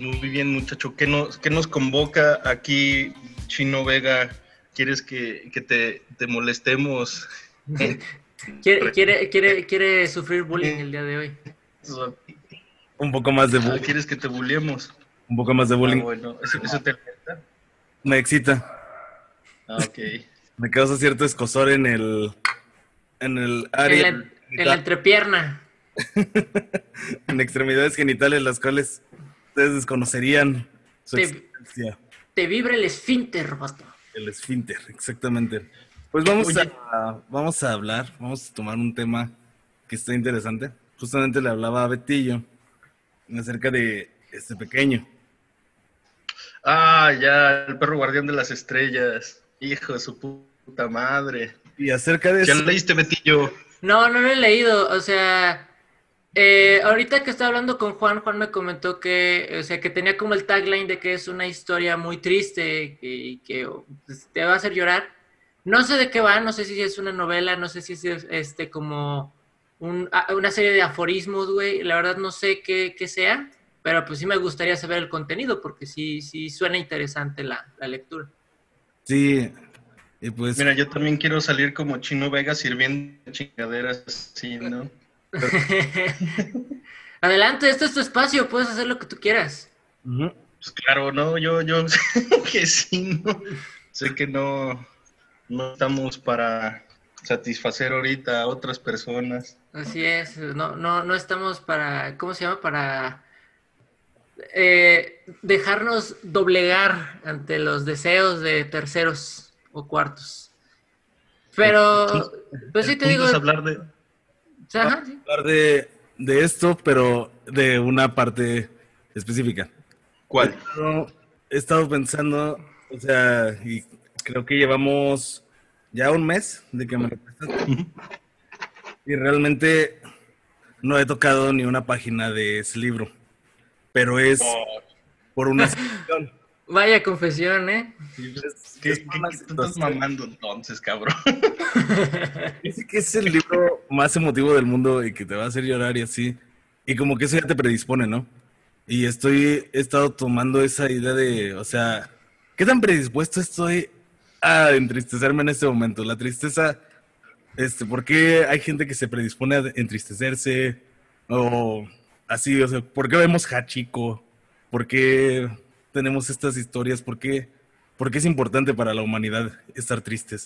muy bien, muchacho. ¿Qué nos convoca aquí, Chino Vega? ¿Quieres que te molestemos? ¿Quiere sufrir bullying el día de hoy? Un poco más de bullying. ¿Quieres que te bulliemos? Un poco más de bullying. Bueno, ¿eso te gusta? Me excita. Ok. Me causa cierto escozor en el área En la entrepierna. en extremidades genitales, las cuales ustedes desconocerían su existencia. Te vibra el esfínter, vato. El esfínter, exactamente. Pues vamos a hablar, vamos a tomar un tema que está interesante. Justamente le hablaba a Betillo acerca de este pequeño. Ya, el perro guardián de las estrellas. Hijo de su puta madre. Y acerca de ¿Ya eso... lo leíste, Betillo? No lo he leído, o sea... ahorita que estaba hablando con Juan me comentó que, o sea, que tenía como el tagline de que es una historia muy triste y que pues, te va a hacer llorar. No sé de qué va, no sé si es una novela, no sé si es como una serie de aforismos, güey. La verdad no sé qué sea, pero pues sí me gustaría saber el contenido porque sí suena interesante la lectura. Sí, y pues... Mira, yo también quiero salir como Chino Vega sirviendo chingaderas así, ¿no? Adelante, este es tu espacio, puedes hacer lo que tú quieras. Pues claro, no, yo sé que sí, no. Sé que no estamos para satisfacer ahorita a otras personas. Así es, no estamos para, ¿cómo se llama? Para dejarnos doblegar ante los deseos de terceros o cuartos. Pero, pues sí El te punto digo, es hablar de... ajá, sí. hablar de esto, pero de una parte específica. ¿Cuál? He estado pensando, o sea, y creo que llevamos ya un mes de que me lo prestaste. Y realmente no he tocado ni una página de ese libro, pero es por una situación. Vaya confesión, ¿eh? ¿Qué por una te estás situación. mamando entonces, cabrón? Dice que es el libro más emotivo del mundo y que te va a hacer llorar y así. Y como que eso ya te predispone, ¿no? Y he estado tomando esa idea de, o sea, ¿qué tan predispuesto estoy a entristecerme en este momento? La tristeza, ¿por qué hay gente que se predispone a entristecerse? O así, o sea, ¿por qué vemos Hachiko? ¿Por qué tenemos estas historias? ¿Por qué es importante para la humanidad estar tristes?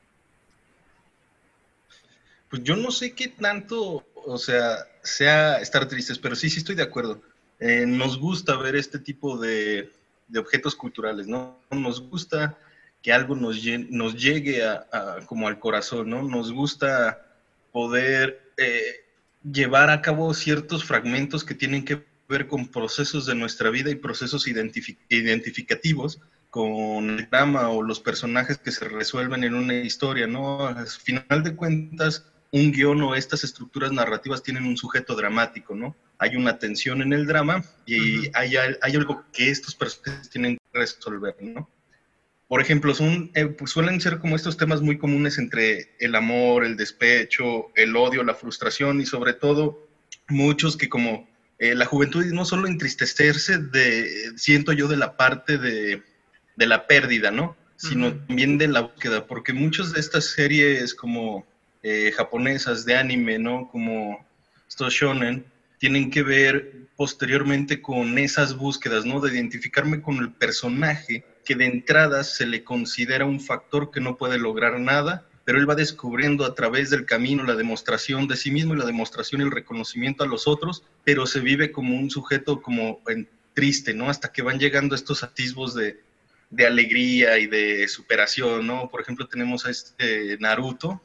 Pues yo no sé qué tanto, o sea estar tristes, pero sí estoy de acuerdo. Nos gusta ver este tipo de objetos culturales, ¿no? Nos gusta que algo nos llegue como al corazón, ¿no? Nos gusta poder llevar a cabo ciertos fragmentos que tienen que ver con procesos de nuestra vida y procesos identificativos con el drama o los personajes que se resuelven en una historia, ¿no? Al final de cuentas, un guión o estas estructuras narrativas tienen un sujeto dramático, ¿no? Hay una tensión en el drama y hay algo que estos personajes tienen que resolver, ¿no? Por ejemplo, pues suelen ser como estos temas muy comunes entre el amor, el despecho, el odio, la frustración y sobre todo muchos que como la juventud no solo entristecerse siento yo de la parte de la pérdida, ¿no? Sino también de la búsqueda, porque muchas de estas series como japonesas de anime, ¿no? Como estos shonen, tienen que ver posteriormente con esas búsquedas, ¿no? De identificarme con el personaje que de entrada se le considera un factor que no puede lograr nada, pero él va descubriendo a través del camino la demostración de sí mismo y la demostración y el reconocimiento a los otros, pero se vive como un sujeto como triste, ¿no? Hasta que van llegando estos atisbos de alegría y de superación, ¿no? Por ejemplo, tenemos a Naruto,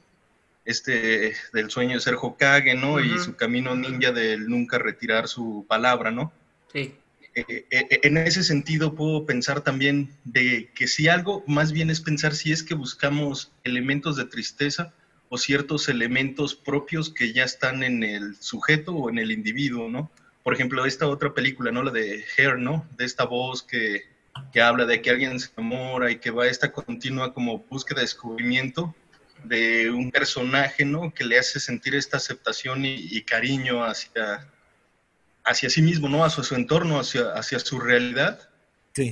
del sueño de ser Hokage, ¿no? Y su camino ninja del nunca retirar su palabra, ¿no? Sí. En ese sentido puedo pensar también de que si algo más bien es pensar si es que buscamos elementos de tristeza o ciertos elementos propios que ya están en el sujeto o en el individuo, ¿no? Por ejemplo, esta otra película, ¿no? La de Hair, ¿no? De esta voz que habla de que alguien se enamora y que va a esta continua como búsqueda de descubrimiento de un personaje, ¿no? Que le hace sentir esta aceptación y cariño hacia hacia sí mismo, ¿no? Hacia su entorno, hacia su realidad. Sí.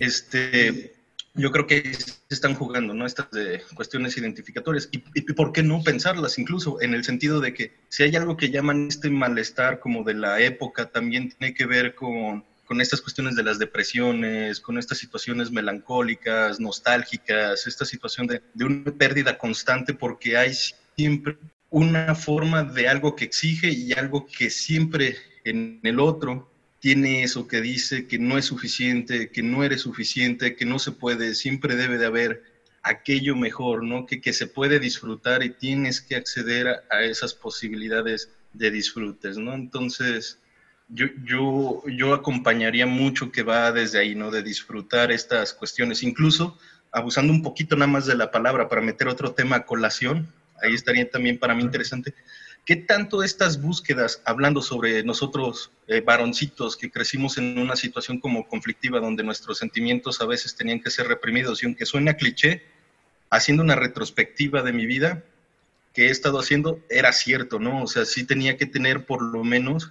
Yo creo que se están jugando, ¿no? Estas cuestiones identificatorias. Y ¿por qué no pensarlas incluso? En el sentido de que si hay algo que llaman este malestar como de la época, también tiene que ver con estas cuestiones de las depresiones, con estas situaciones melancólicas, nostálgicas, esta situación de una pérdida constante, porque hay siempre una forma de algo que exige y algo que siempre en el otro tiene eso que dice que no es suficiente, que no eres suficiente, que no se puede, siempre debe de haber aquello mejor, ¿no? Que se puede disfrutar y tienes que acceder a esas posibilidades de disfrutes, ¿no? Entonces, yo acompañaría mucho que va desde ahí, ¿no? De disfrutar estas cuestiones, incluso abusando un poquito nada más de la palabra para meter otro tema a colación, ahí estaría también para mí interesante. ¿Qué tanto estas búsquedas, hablando sobre nosotros, varoncitos, que crecimos en una situación como conflictiva, donde nuestros sentimientos a veces tenían que ser reprimidos, y aunque suena cliché, haciendo una retrospectiva de mi vida, que he estado haciendo, era cierto, ¿no? O sea, sí tenía que tener por lo menos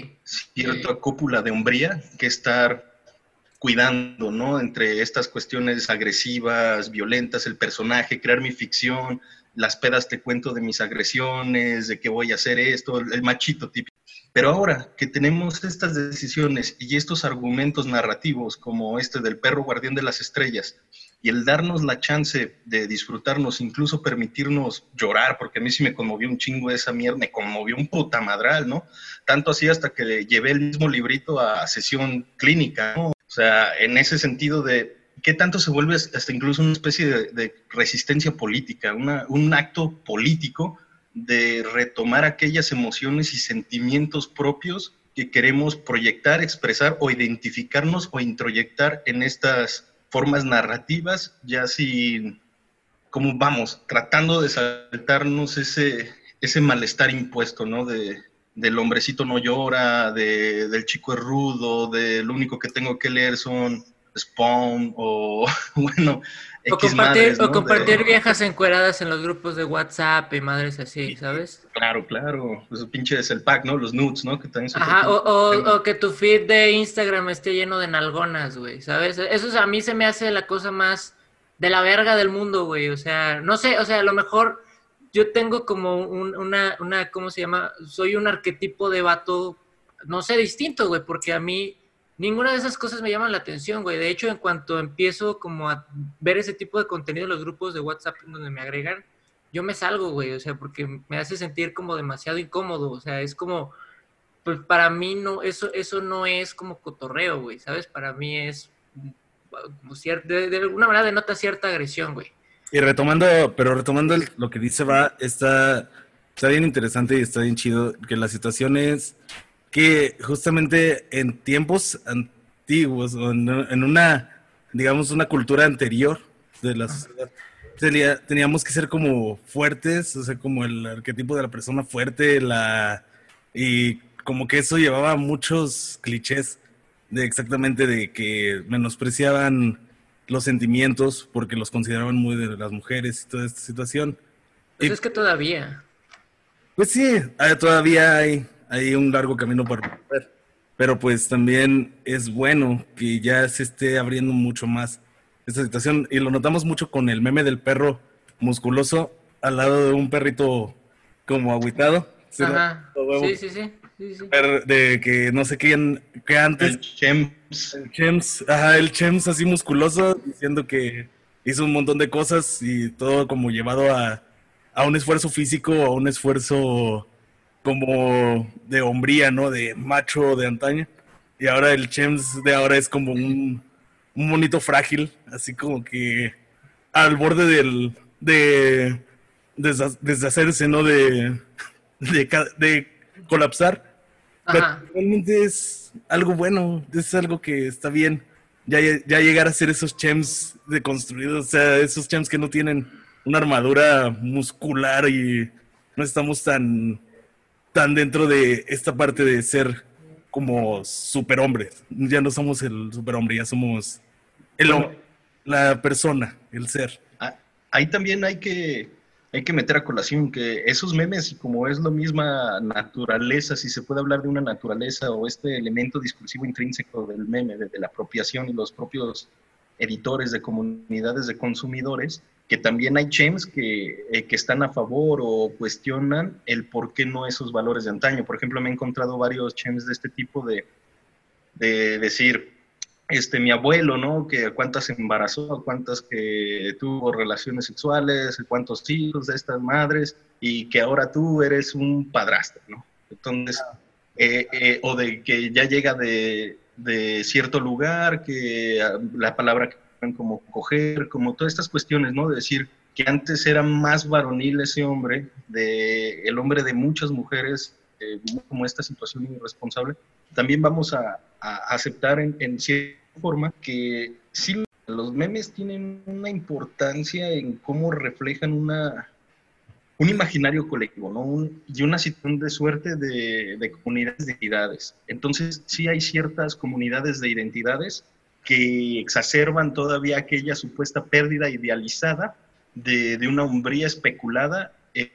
cierta cópula de hombría que estar cuidando, ¿no? Entre estas cuestiones agresivas, violentas, el personaje, crear mi ficción, las pedas te cuento de mis agresiones, de que voy a hacer esto, el machito típico. Pero ahora que tenemos estas decisiones y estos argumentos narrativos como este del perro guardián de las estrellas, y el darnos la chance de disfrutarnos, incluso permitirnos llorar, porque a mí sí me conmovió un chingo esa mierda, me conmovió un puta madral, ¿no? Tanto así hasta que le llevé el mismo librito a sesión clínica, ¿no? O sea, en ese sentido de qué tanto se vuelve hasta incluso una especie de resistencia política, un acto político de retomar aquellas emociones y sentimientos propios que queremos proyectar, expresar o identificarnos o introyectar en estas formas narrativas, ya sin, como vamos, tratando de saltarnos ese malestar impuesto, ¿no? Del hombrecito no llora, del chico es rudo, de lo único que tengo que leer son Spawn o, bueno, X madres, ¿no? O compartir viejas encueradas en los grupos de WhatsApp y madres así, ¿sabes? Claro, claro. Esos pinches el pack, ¿no? Los nudes, ¿no? Que también ajá, o que tu feed de Instagram esté lleno de nalgonas, güey, ¿sabes? Eso a mí se me hace la cosa más de la verga del mundo, güey. O sea, no sé, o sea, a lo mejor yo tengo como una ¿cómo se llama? Soy un arquetipo de vato, no sé, distinto, güey, porque a mí ninguna de esas cosas me llaman la atención, güey. De hecho, en cuanto empiezo como a ver ese tipo de contenido en los grupos de WhatsApp en donde me agregan, yo me salgo, güey, o sea, porque me hace sentir como demasiado incómodo, o sea, es como, pues para mí no, eso no es como cotorreo, güey, ¿sabes? Para mí es como de alguna manera denota cierta agresión, güey. Y retomando lo que dice está bien interesante y está bien chido, que la situación es que justamente en tiempos antiguos, o en una, digamos, una cultura anterior de la sociedad, teníamos que ser como fuertes, o sea, como el arquetipo de la persona fuerte, y como que eso llevaba a muchos clichés de exactamente de que menospreciaban los sentimientos porque los consideraban muy de las mujeres y toda esta situación. Pues es que todavía. Pues sí, todavía hay un largo camino por recorrer, pero pues también es bueno que ya se esté abriendo mucho más esta situación, y lo notamos mucho con el meme del perro musculoso al lado de un perrito como agüitado. Ajá, sí. De que no sé quién, que antes... El Chems, ajá, el Chems así musculoso, diciendo que hizo un montón de cosas y todo como llevado a un esfuerzo físico, a un esfuerzo como de hombría, ¿no? De macho de antaño. Y ahora el Chems de ahora es como un monito frágil, así como que al borde de deshacerse, ¿no? De colapsar. Ajá. Pero realmente es algo bueno, es algo que está bien. Ya llegar a ser esos Chems deconstruidos, o sea, esos Chems que no tienen una armadura muscular y no estamos tan dentro de esta parte de ser como superhombres. Ya no somos el superhombre, ya somos la persona, el ser. Ahí también hay que hay que meter a colación que esos memes, y como es la misma naturaleza, si se puede hablar de una naturaleza o este elemento discursivo intrínseco del meme, de la apropiación y los propios editores de comunidades de consumidores, que también hay chems que están a favor o cuestionan el por qué no esos valores de antaño. Por ejemplo, me he encontrado varios chems de este tipo de decir, mi abuelo, ¿no? Que cuántas embarazó, cuántas que tuvo relaciones sexuales, cuántos hijos de estas madres, y que ahora tú eres un padrastro, ¿no? Entonces, o de que ya llega de cierto lugar, que la palabra que como coger, como todas estas cuestiones, ¿no? De decir que antes era más varonil ese hombre, el hombre de muchas mujeres, como esta situación irresponsable, también vamos a aceptar en cierta forma que sí, los memes tienen una importancia en cómo reflejan un imaginario colectivo, ¿no? Y una situación de suerte de comunidades de identidades. Entonces, sí hay ciertas comunidades de identidades que exacerban todavía aquella supuesta pérdida idealizada de una hombría especulada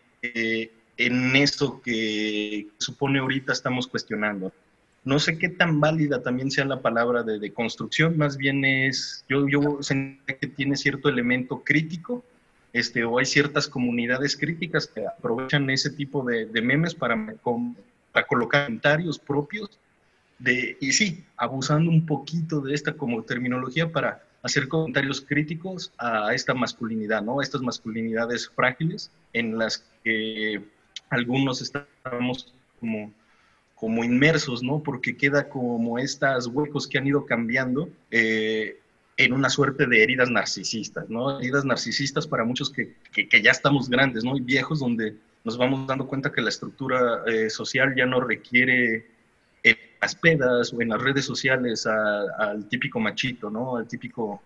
en eso que supone ahorita estamos cuestionando. No sé qué tan válida también sea la palabra de construcción, más bien es, yo sentí que tiene cierto elemento crítico, o hay ciertas comunidades críticas que aprovechan ese tipo de memes para colocar comentarios propios, y sí, abusando un poquito de esta como terminología para hacer comentarios críticos a esta masculinidad, ¿no? A estas masculinidades frágiles en las que algunos estamos como inmersos, ¿no? Porque queda como estos huecos que han ido cambiando en una suerte de heridas narcisistas, ¿no? Heridas narcisistas para muchos que ya estamos grandes, ¿no? Y viejos, donde nos vamos dando cuenta que la estructura social ya no requiere en las pedas o en las redes sociales al típico machito, ¿no? Al típico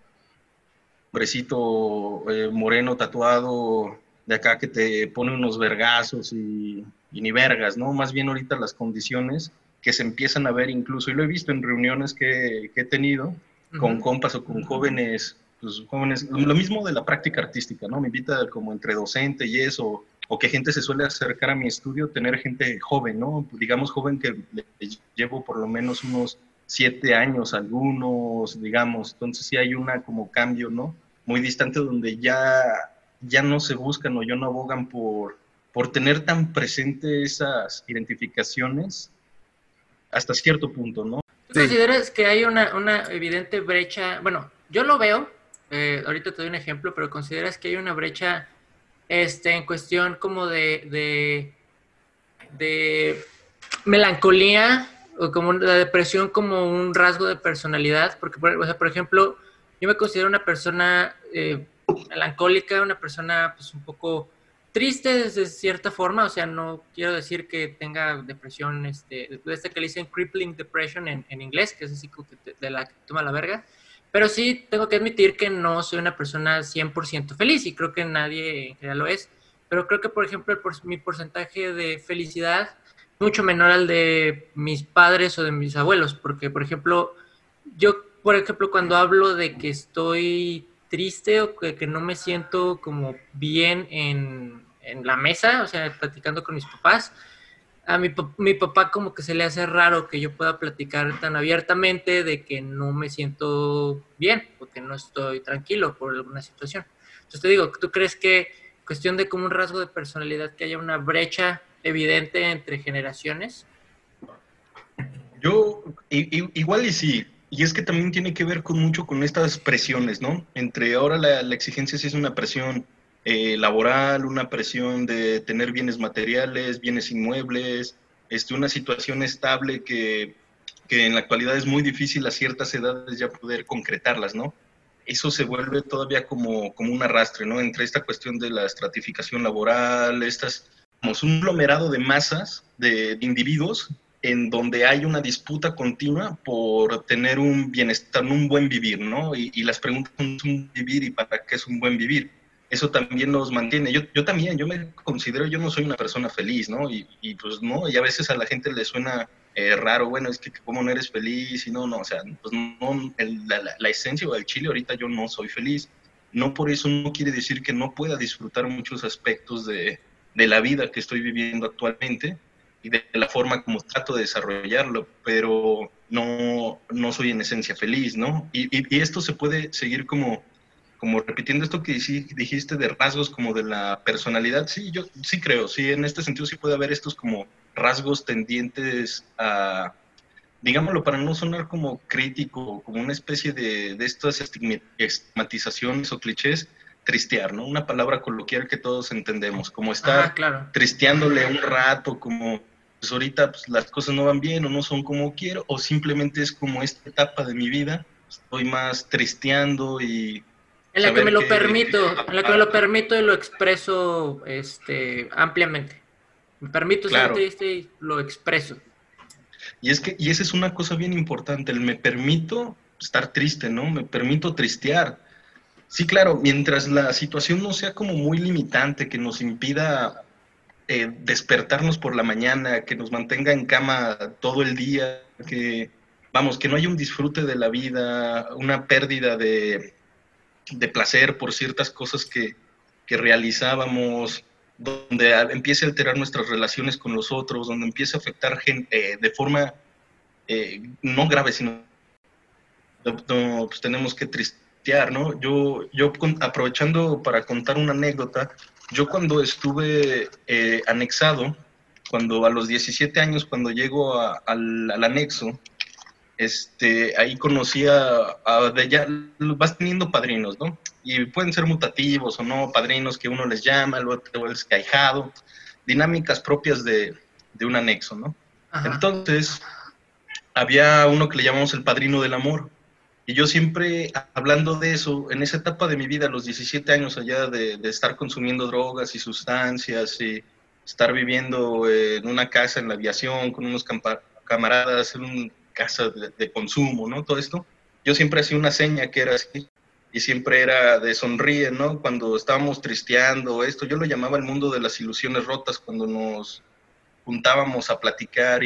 hombrecito moreno tatuado de acá que te pone unos vergazos y ni vergas, ¿no? Más bien ahorita las condiciones que se empiezan a ver incluso, y lo he visto en reuniones que he tenido con compas o con jóvenes, pues jóvenes, lo mismo de la práctica artística, ¿no? Me invita como entre docente y eso, o que gente se suele acercar a mi estudio, tener gente joven, ¿no? Digamos joven que llevo por lo menos unos 7 años algunos, digamos, entonces sí hay una como cambio, ¿no? Muy distante donde ya no se buscan o ya no abogan por tener tan presente esas identificaciones hasta cierto punto, ¿no? ¿Tú consideras que hay una evidente brecha? Bueno, yo lo veo, ahorita te doy un ejemplo, pero ¿consideras que hay una brecha en cuestión como de melancolía o como la depresión como un rasgo de personalidad? Porque, por ejemplo, yo me considero una persona melancólica, una persona pues un poco triste de cierta forma, o sea, no quiero decir que tenga depresión, de que le dicen crippling depression en inglés, que es así como que de la que toma la verga, pero sí tengo que admitir que no soy una persona 100% feliz, y creo que nadie en general lo es, pero creo que, por ejemplo, mi porcentaje de felicidad es mucho menor al de mis padres o de mis abuelos, porque, por ejemplo, cuando hablo de que estoy triste o que no me siento como bien en la mesa, o sea, platicando con mis papás, a mi papá como que se le hace raro que yo pueda platicar tan abiertamente de que no me siento bien o que no estoy tranquilo por alguna situación. Entonces te digo, ¿tú crees que cuestión de como un rasgo de personalidad que haya una brecha evidente entre generaciones? Yo, igual y sí, y es que también tiene que ver mucho con estas presiones, ¿no? Entre ahora la exigencia sí es una presión laboral, una presión de tener bienes materiales, bienes inmuebles, una situación estable que en la actualidad es muy difícil a ciertas edades ya poder concretarlas, ¿no? Eso se vuelve todavía como un arrastre, ¿no? Entre esta cuestión de la estratificación laboral, como un aglomerado de masas de individuos en donde hay una disputa continua por tener un bienestar, un buen vivir, ¿no? Y las preguntas son un vivir y para qué es un buen vivir. Eso también nos mantiene. Yo también, yo me considero, yo no soy una persona feliz, ¿no? Y pues no, y a veces a la gente le suena raro, bueno, es que cómo no eres feliz, y no, o sea, pues no, la esencia o el chile ahorita yo no soy feliz. no por eso no quiere decir que no pueda disfrutar muchos aspectos de la vida que estoy viviendo actualmente y de la forma como trato de desarrollarlo, pero no soy en esencia feliz, ¿no? Y esto se puede seguir como repitiendo esto que dijiste de rasgos como de la personalidad. Sí, yo sí creo, sí, en este sentido sí puede haber estos como rasgos tendientes a, digámoslo, para no sonar como crítico, como una especie de estas estigmatizaciones o clichés, tristear, ¿no? Una palabra coloquial que todos entendemos, como estar claro. tristeándole un rato, como pues ahorita pues, las cosas no van bien o no son como quiero, o simplemente es como esta etapa de mi vida, estoy más tristeando y En la que me saber lo que permito, en la que me lo permito y lo expreso ampliamente. Me permito ser claro, triste y lo expreso. y esa es una cosa bien importante, el me permito estar triste, ¿no? Me permito tristear. Sí, claro, mientras la situación no sea como muy limitante, que nos impida despertarnos por la mañana, que nos mantenga en cama todo el día, vamos, que no haya un disfrute de la vida, una pérdida de placer por ciertas cosas que realizábamos, donde empiece a alterar nuestras relaciones con los otros, donde empiece a afectar gente, de forma no grave, sino no, pues tenemos que tristear, ¿no? Aprovechando para contar una anécdota, yo cuando estuve anexado, cuando a los 17 años, cuando llego al anexo, ahí conocí ya vas teniendo padrinos, ¿no? Y pueden ser mutativos o no, padrinos que uno les llama, el otro es caijado, dinámicas propias de un anexo, ¿no? Ajá. Entonces, había uno que le llamamos el padrino del amor. Y yo siempre, hablando de eso, en esa etapa de mi vida, a los 17 años allá de estar consumiendo drogas y sustancias y estar viviendo en una casa en la aviación con unos camaradas en una casa de consumo, ¿no? Todo esto. Yo siempre hacía una seña que era así y siempre era de sonríe, ¿no? Cuando estábamos tristeando esto, yo lo llamaba el mundo de las ilusiones rotas, cuando nos juntábamos a platicar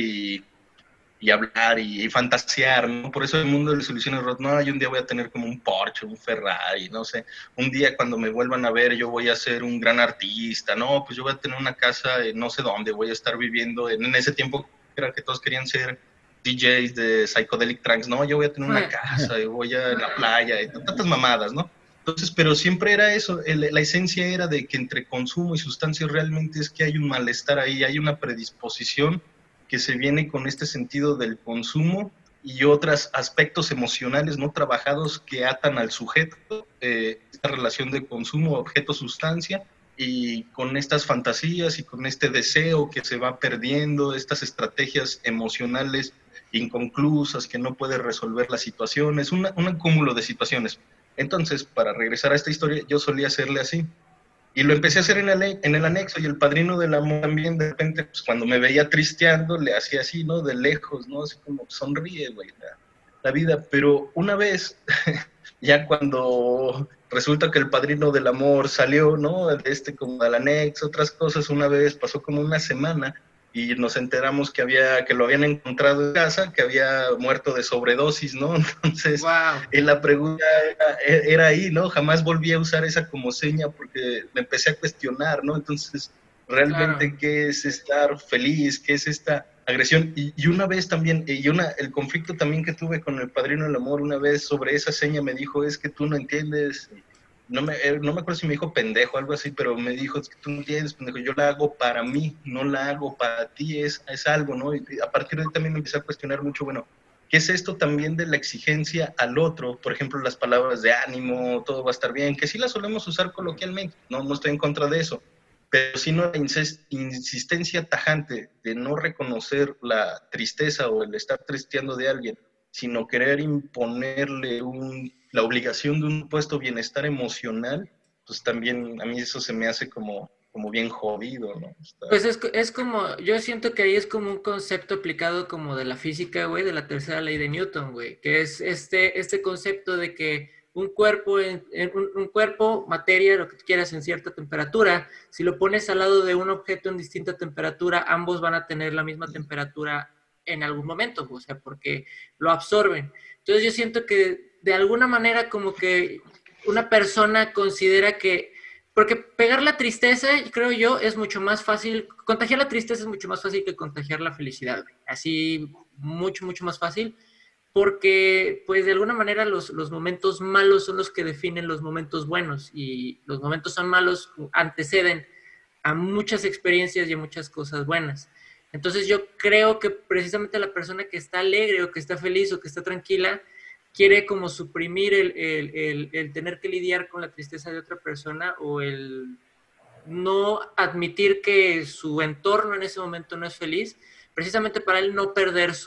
y hablar y fantasear, ¿no? Por eso el mundo de las ilusiones rotas, no, yo un día voy a tener como un Porsche, un Ferrari, no sé, un día cuando me vuelvan a ver yo voy a ser un gran artista, no, pues yo voy a tener una casa en no sé dónde, voy a estar viviendo, en ese tiempo era que todos querían ser DJs de Psychedelic Trance, no, yo voy a tener una casa y voy a la playa y tantas mamadas, ¿no? Entonces, pero siempre era eso, la esencia era de que entre consumo y sustancias realmente es que hay un malestar ahí, hay una predisposición que se viene con este sentido del consumo y otros aspectos emocionales no trabajados que atan al sujeto, esta relación de consumo, objeto, sustancia, y con estas fantasías y con este deseo que se va perdiendo, estas estrategias emocionales inconclusas que no puede resolver la situación, es un cúmulo de situaciones. Entonces, para regresar a esta historia, yo solía hacerle así. Y lo empecé a hacer en el anexo y el padrino del amor también, de repente, pues cuando me veía tristeando, le hacía así, ¿no? De lejos, ¿no? Así como, sonríe, güey, la vida. Pero una vez, ya cuando resulta que el padrino del amor salió, ¿no? Como del anexo, otras cosas, una vez, pasó como una semana, y nos enteramos que lo habían encontrado en casa, que había muerto de sobredosis, ¿no? Entonces, Wow. la pregunta era ahí, ¿no? Jamás volví a usar esa como seña porque me empecé a cuestionar, ¿no? Entonces, realmente, Claro. ¿qué es estar feliz? ¿Qué es esta agresión? Y una vez también, el conflicto también que tuve con el padrino del amor, una vez sobre esa seña me dijo, es que tú no entiendes, no me acuerdo si me dijo pendejo o algo así, pero me dijo, es que tú no entiendes, pendejo, yo la hago para mí, no la hago para ti, es algo, ¿no? Y a partir de ahí también me empecé a cuestionar mucho, bueno, ¿qué es esto también de la exigencia al otro? Por ejemplo, las palabras de ánimo, todo va a estar bien, que sí las solemos usar coloquialmente, no estoy en contra de eso, pero sí no la insistencia tajante de no reconocer la tristeza o el estar tristeando de alguien, sino querer imponerle la obligación de un supuesto bienestar emocional, pues también a mí eso se me hace como bien jodido, ¿no? Pues es como, yo siento que ahí es como un concepto aplicado como de la física, güey, de la tercera ley de Newton, güey, que es este concepto de que un cuerpo, un cuerpo, materia, lo que tú quieras, en cierta temperatura, si lo pones al lado de un objeto en distinta temperatura, ambos van a tener la misma temperatura en algún momento, o sea, porque lo absorben. Entonces yo siento que de alguna manera como que una persona considera que... Porque pegar la tristeza, creo yo, es mucho más fácil... Contagiar la tristeza es mucho más fácil que contagiar la felicidad, güey. Así, mucho, mucho más fácil. Porque, pues, de alguna manera los momentos malos son los que definen los momentos buenos. Y los momentos son malos anteceden a muchas experiencias y a muchas cosas buenas. Entonces yo creo que precisamente la persona que está alegre o que está feliz o que está tranquila quiere como suprimir el tener que lidiar con la tristeza de otra persona o el no admitir que su entorno en ese momento no es feliz, precisamente para él no perder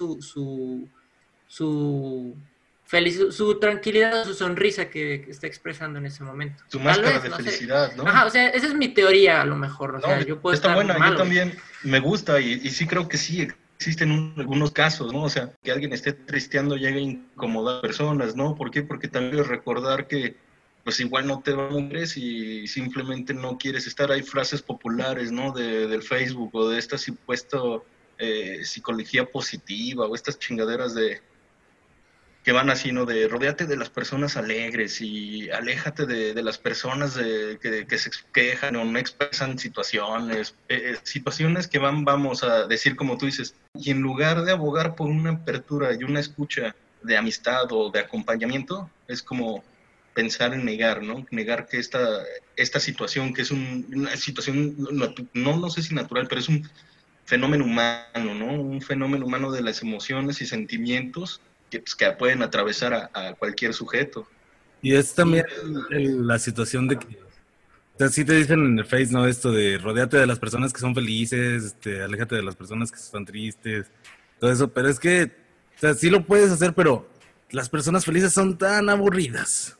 su tranquilidad, su sonrisa que está expresando en ese momento. Su máscara de felicidad, ¿no? Ajá, o sea, esa es mi teoría a lo mejor. O sea, yo puedo está estar buena, mal, yo también me gusta y sí creo que sí existen algunos casos, ¿no? O sea, que alguien esté tristeando llega a incomodar a personas, ¿no? ¿Por qué? Porque también es recordar que pues igual no te vamos y simplemente no quieres estar. Hay frases populares, ¿no? Del Facebook o de esta supuesto psicología positiva o estas chingaderas que van así, ¿no? De rodéate de las personas alegres y aléjate de las personas que se quejan o no expresan situaciones que vamos a decir como tú dices. Y en lugar de abogar por una apertura y una escucha de amistad o de acompañamiento, es como pensar en negar, ¿no? Negar que esta situación, que es una situación, no sé si natural, pero es un fenómeno humano, ¿no? Un fenómeno humano de las emociones y sentimientos que pueden atravesar a cualquier sujeto. Y es también la situación de que, o sea, sí te dicen en el Face, ¿no? Esto de rodeate de las personas que son felices, aléjate de las personas que están tristes, todo eso, pero es que, o sea, sí lo puedes hacer, pero las personas felices son tan aburridas.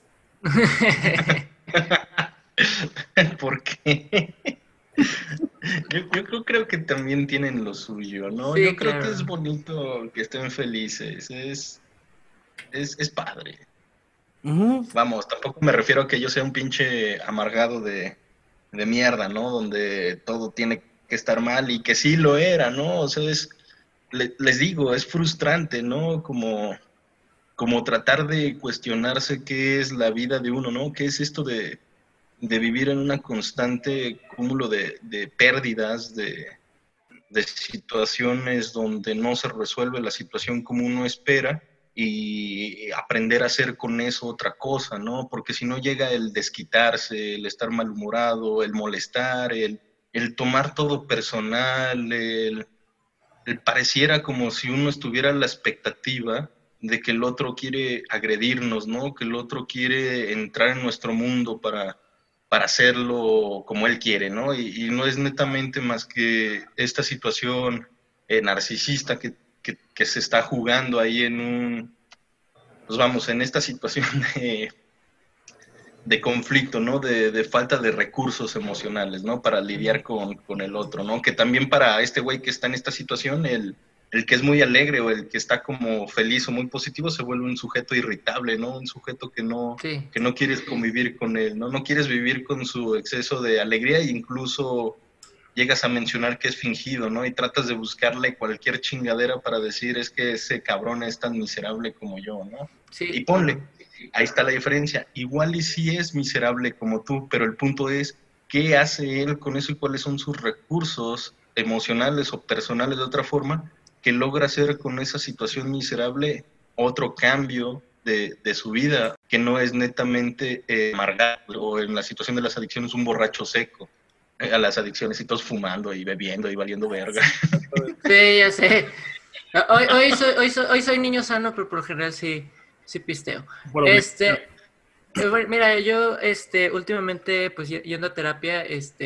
¿Por qué? Yo creo que también tienen lo suyo, ¿no? Sí, Yo creo claro. que es bonito que estén felices, es padre. Vamos, tampoco me refiero a que yo sea un pinche amargado de mierda, ¿no? Donde todo tiene que estar mal y que sí lo era, ¿no? O sea, les digo, es frustrante, ¿no? Como tratar de cuestionarse qué es la vida de uno, ¿no? ¿Qué es esto de vivir en una constante cúmulo de pérdidas, de situaciones donde no se resuelve la situación como uno espera y aprender a hacer con eso otra cosa, ¿no? Porque si no llega el desquitarse, el estar malhumorado, el molestar, el tomar todo personal, el pareciera como si uno estuviera a la expectativa de que el otro quiere agredirnos, ¿no? Que el otro quiere entrar en nuestro mundo para hacerlo como él quiere, ¿no? Y no es netamente más que esta situación narcisista que se está jugando ahí pues vamos, en esta situación de conflicto, ¿no? De falta de recursos emocionales, ¿no? Para lidiar con el otro, ¿no? Que también para este güey que está en esta situación, el que es muy alegre o el que está como feliz o muy positivo se vuelve un sujeto irritable, ¿no? Un sujeto que no quieres convivir con él, ¿no? No quieres vivir con su exceso de alegría e incluso llegas a mencionar que es fingido, ¿no? Y tratas de buscarle cualquier chingadera para decir es que ese cabrón es tan miserable como yo, ¿no? Sí, y ponle, ahí está la diferencia. Igual y sí es miserable como tú, pero el punto es qué hace él con eso y cuáles son sus recursos emocionales o personales de otra forma que logra hacer con esa situación miserable otro cambio de su vida, que no es netamente amargado o en la situación de las adicciones un borracho seco a las adicciones y todos fumando y bebiendo y valiendo verga. Sí, ya sé. Hoy soy niño sano, pero por lo general sí pisteo. Mira, yo últimamente, pues yendo a terapia,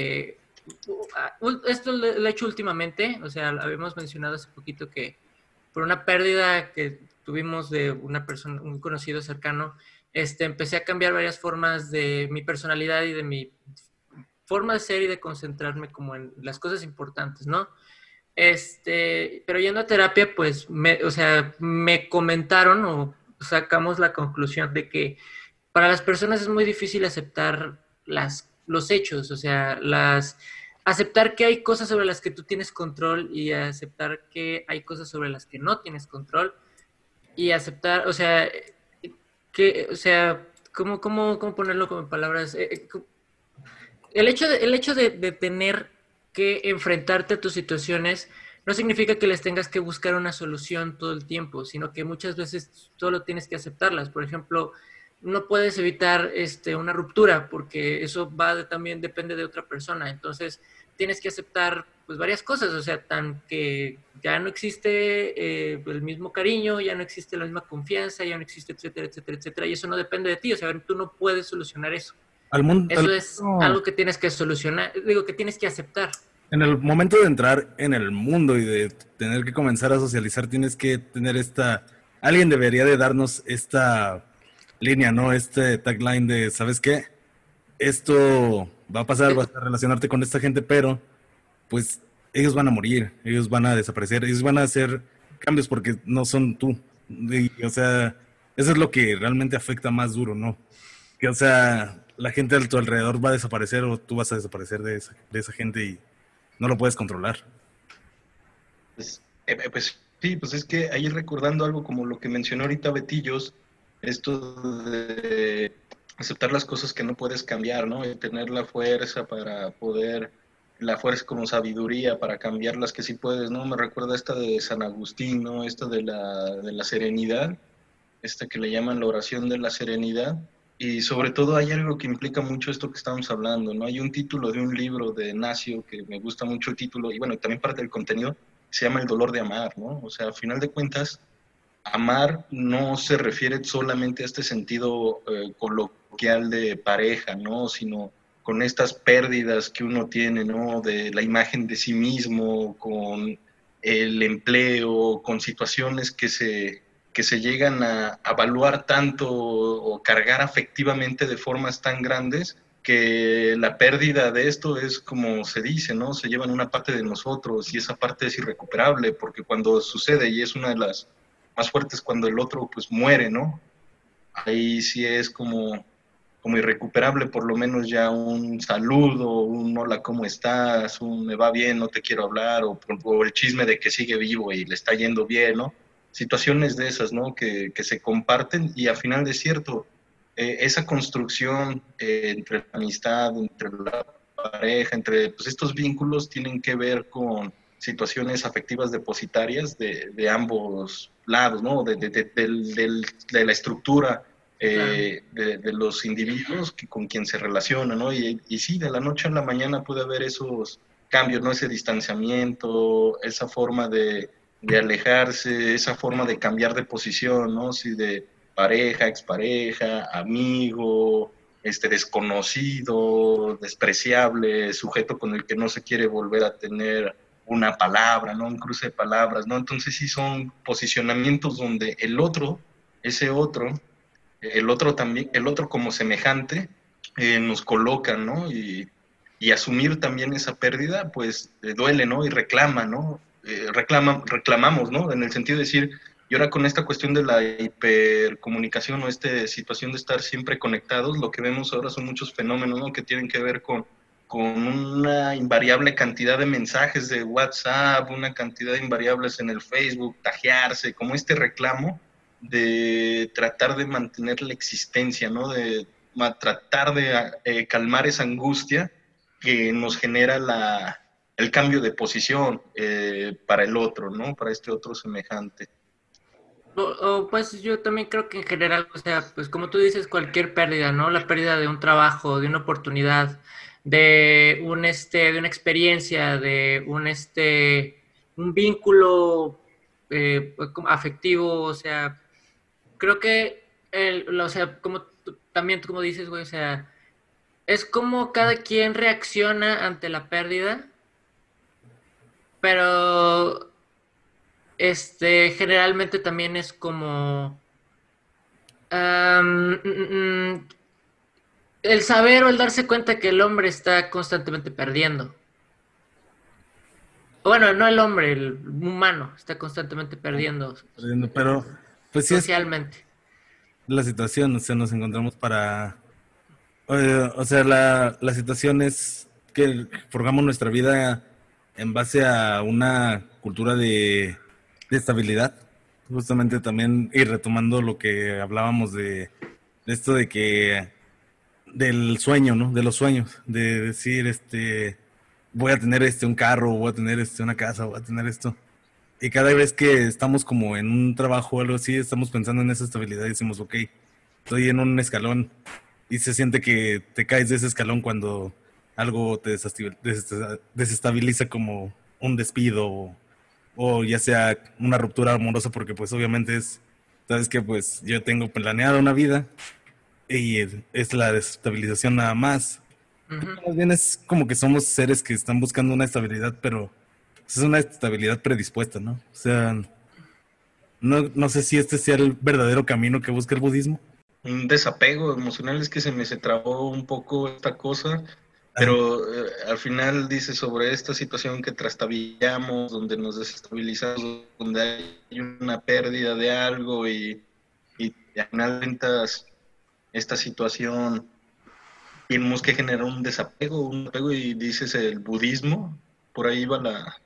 esto lo he hecho últimamente, o sea, habíamos mencionado hace poquito que por una pérdida que tuvimos de una persona, un conocido cercano, empecé a cambiar varias formas de mi personalidad y de mi forma de ser y de concentrarme como en las cosas importantes, ¿no? Pero yendo a terapia, pues, o sea, me comentaron o sacamos la conclusión de que para las personas es muy difícil aceptar los hechos, o sea, aceptar que hay cosas sobre las que tú tienes control y aceptar que hay cosas sobre las que no tienes control y aceptar, o sea, ¿Cómo ponerlo como en palabras? El hecho de tener que enfrentarte a tus situaciones no significa que les tengas que buscar una solución todo el tiempo, sino que muchas veces solo tienes que aceptarlas. Por ejemplo, no puedes evitar una ruptura porque eso también depende de otra persona. Entonces, tienes que aceptar pues varias cosas, o sea, tan que ya no existe el mismo cariño, ya no existe la misma confianza, ya no existe, etcétera, etcétera, etcétera, y eso no depende de ti, o sea, tú no puedes solucionar eso. Eso es algo que tienes que solucionar, digo, que tienes que aceptar. En el momento de entrar en el mundo y de tener que comenzar a socializar, tienes que tener alguien debería de darnos esta línea, ¿no? Este tagline de, ¿sabes qué? Esto va a pasar, vas a relacionarte con esta gente, pero pues ellos van a morir, ellos van a desaparecer, ellos van a hacer cambios porque no son tú. O sea, eso es lo que realmente afecta más duro, ¿no? Que, o sea, la gente a tu alrededor va a desaparecer o tú vas a desaparecer de esa gente y no lo puedes controlar. Pues sí, pues es que ahí recordando algo como lo que mencionó ahorita Betillos, esto de aceptar las cosas que no puedes cambiar, ¿no? Y tener la fuerza para poder, la fuerza como sabiduría para cambiar las que sí puedes, ¿no? Me recuerda esta de San Agustín, ¿no? Esta de la serenidad, esta que le llaman la oración de la serenidad. Y sobre todo hay algo que implica mucho esto que estamos hablando, ¿no? Hay un título de un libro de Nacio que me gusta mucho el título, y bueno, también parte del contenido, se llama El dolor de amar, ¿no? O sea, a final de cuentas, amar no se refiere solamente a este sentido coloquial de pareja, ¿no? Sino con estas pérdidas que uno tiene, ¿no? De la imagen de sí mismo, con el empleo, con situaciones que se llegan a evaluar tanto o cargar afectivamente de formas tan grandes que la pérdida de esto es como se dice, ¿no? Se llevan una parte de nosotros y esa parte es irrecuperable porque cuando sucede, y es una de las más fuertes cuando el otro pues muere, ¿no? Ahí sí es como irrecuperable, por lo menos ya un saludo, un hola, ¿cómo estás? Un me va bien, no te quiero hablar, o el chisme de que sigue vivo y le está yendo bien, ¿no? Situaciones de esas, ¿no? Que se comparten y al final es cierto, esa construcción entre la amistad, entre la pareja, entre pues, estos vínculos tienen que ver con situaciones afectivas depositarias de ambos lados, ¿no? De la estructura de los individuos con quien se relacionan, ¿no? Y sí, de la noche a la mañana puede haber esos cambios, ¿no? Ese distanciamiento, esa forma de alejarse, esa forma de cambiar de posición, ¿no? Si de pareja, expareja, amigo, desconocido, despreciable, sujeto con el que no se quiere volver a tener una palabra, ¿no? Un cruce de palabras, ¿no? Entonces sí son posicionamientos donde el otro, ese otro, el otro también, el otro como semejante, nos coloca, ¿no? Y asumir también esa pérdida, pues duele, ¿no? Y reclama, ¿no? Reclamamos, ¿no? En el sentido de decir, y ahora con esta cuestión de la hipercomunicación o esta situación de estar siempre conectados, lo que vemos ahora son muchos fenómenos, ¿no? Que tienen que ver con una invariable cantidad de mensajes de WhatsApp, una cantidad de invariables en el Facebook, tajearse, como este reclamo de tratar de mantener la existencia, ¿no? De tratar de calmar esa angustia que nos genera el cambio de posición para el otro, ¿no? Para este otro semejante. Pues yo también creo que en general, o sea, pues como tú dices, cualquier pérdida, ¿no? La pérdida de un trabajo, de una oportunidad, de una experiencia, un vínculo afectivo, o sea, creo que, o sea, también como dices, güey, o sea, es como cada quien reacciona ante la pérdida, pero generalmente también es como el saber o el darse cuenta que el hombre está constantemente perdiendo. Bueno, no el hombre, el humano está constantemente perdiendo Pero, pues sí, socialmente. Es la situación, o sea, nos encontramos o sea, la situación es que forjamos nuestra vida en base a una cultura de estabilidad, justamente también, y retomando lo que hablábamos de esto de que, del sueño, ¿no? De los sueños, de decir, voy a tener un carro, voy a tener una casa, voy a tener esto. Y cada vez que estamos como en un trabajo o algo así, estamos pensando en esa estabilidad y decimos, ok, estoy en un escalón y se siente que te caes de ese escalón cuando algo te desestabiliza como un despido o ya sea una ruptura amorosa, porque pues obviamente sabes que pues yo tengo planeada una vida y es la desestabilización nada más. Más bien es como que somos seres que están buscando una estabilidad, pero es una estabilidad predispuesta, ¿no? O sea, no sé si este sea el verdadero camino que busca el budismo. Un desapego emocional, es que se trabó un poco esta cosa, Ajá. pero al final dice sobre esta situación que trastabillamos, donde nos desestabilizamos, donde hay una pérdida de algo y al final de esta situación tenemos que generar un apego y dices el budismo, por ahí va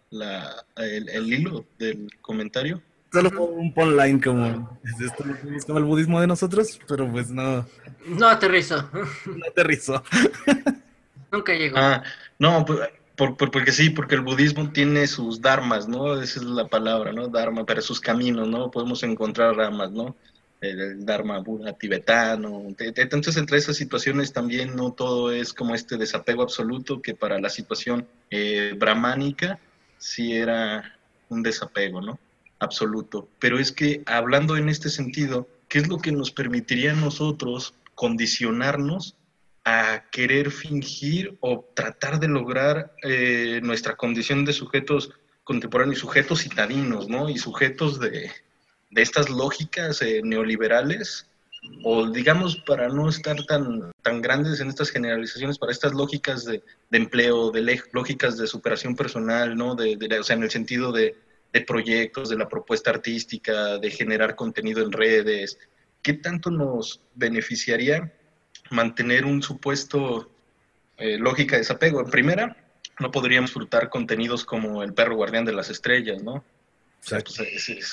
el hilo del comentario. Solo fue un online como esto lo que buscaba el budismo de nosotros, pero pues No aterrizó. no aterrizó. Nunca llegó. Ah, no, pues, porque sí, porque el budismo tiene sus dharmas, ¿no? Esa es la palabra, ¿no? Dharma, pero sus caminos, ¿no? Podemos encontrar ramas, ¿no? El dharma Buda tibetano. Entonces, entre esas situaciones también no todo es como este desapego absoluto, que para la situación brahmánica sí era un desapego, ¿no? Absoluto. Pero es que hablando en este sentido, ¿qué es lo que nos permitiría a nosotros condicionarnos a querer fingir o tratar de lograr nuestra condición de sujetos contemporáneos, sujetos citadinos, ¿no? Y sujetos de estas lógicas neoliberales, o digamos, para no estar tan grandes en estas generalizaciones, para estas lógicas de empleo, lógicas de superación personal, ¿no? O sea, en el sentido de proyectos, de la propuesta artística, de generar contenido en redes. ¿Qué tanto nos beneficiaría mantener un supuesto lógica de desapego? En primera, no podríamos disfrutar contenidos como El perro guardián de las estrellas, ¿no? O sea, pues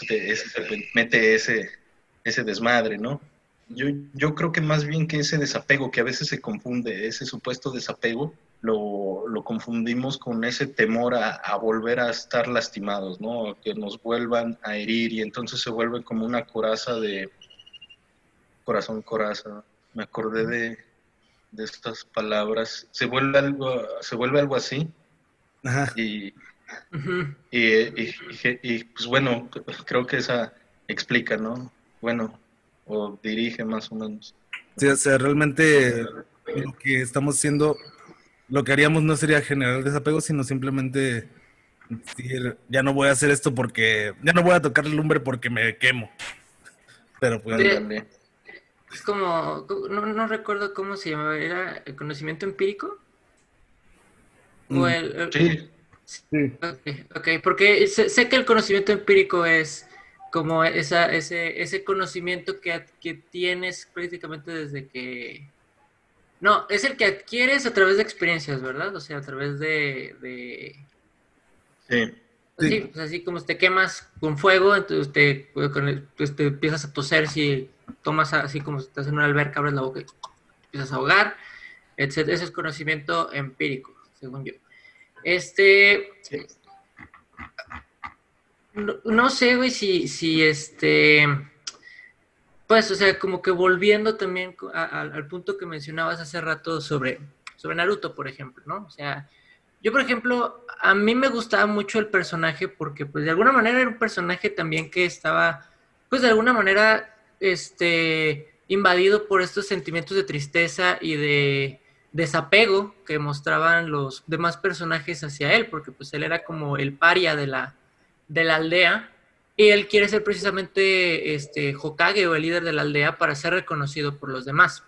mete ese desmadre, ¿no? Yo creo que más bien que ese desapego, que a veces se confunde, ese supuesto desapego, lo confundimos con ese temor a volver a estar lastimados, ¿no? Que nos vuelvan a herir y entonces se vuelve como una coraza de coraza. Me acordé de estas palabras. Se vuelve algo así Ajá. y Ujú. pues bueno, creo que esa explica, ¿no? Bueno, o dirige más o menos. Sí, o sea, realmente lo que estamos haciendo, lo que haríamos no sería generar desapego, sino simplemente decir, ya no voy a hacer esto porque, ya no voy a tocar el lumbre porque me quemo. Pero pues, Ándale. Es como, no recuerdo cómo se llamaba, ¿era el conocimiento empírico? O Sí, sí. ok, porque sé que el conocimiento empírico es como ese conocimiento que tienes prácticamente desde que... No, es el que adquieres a través de experiencias, ¿verdad? O sea, a través sí. Sí, pues así como te quemas con fuego, entonces te empiezas a toser si tomas así como si estás en una alberca, abres la boca y empiezas a ahogar, etcétera. Ese es conocimiento empírico, según yo. No sé, güey, si pues, o sea, como que volviendo también al punto que mencionabas hace rato sobre Naruto, por ejemplo, ¿no? O sea, yo, por ejemplo, a mí me gustaba mucho el personaje porque, pues, de alguna manera era un personaje también que estaba, pues, de alguna manera, invadido por estos sentimientos de tristeza y de desapego que mostraban los demás personajes hacia él, porque, pues, él era como el paria de la aldea y él quiere ser precisamente Hokage o el líder de la aldea para ser reconocido por los demás.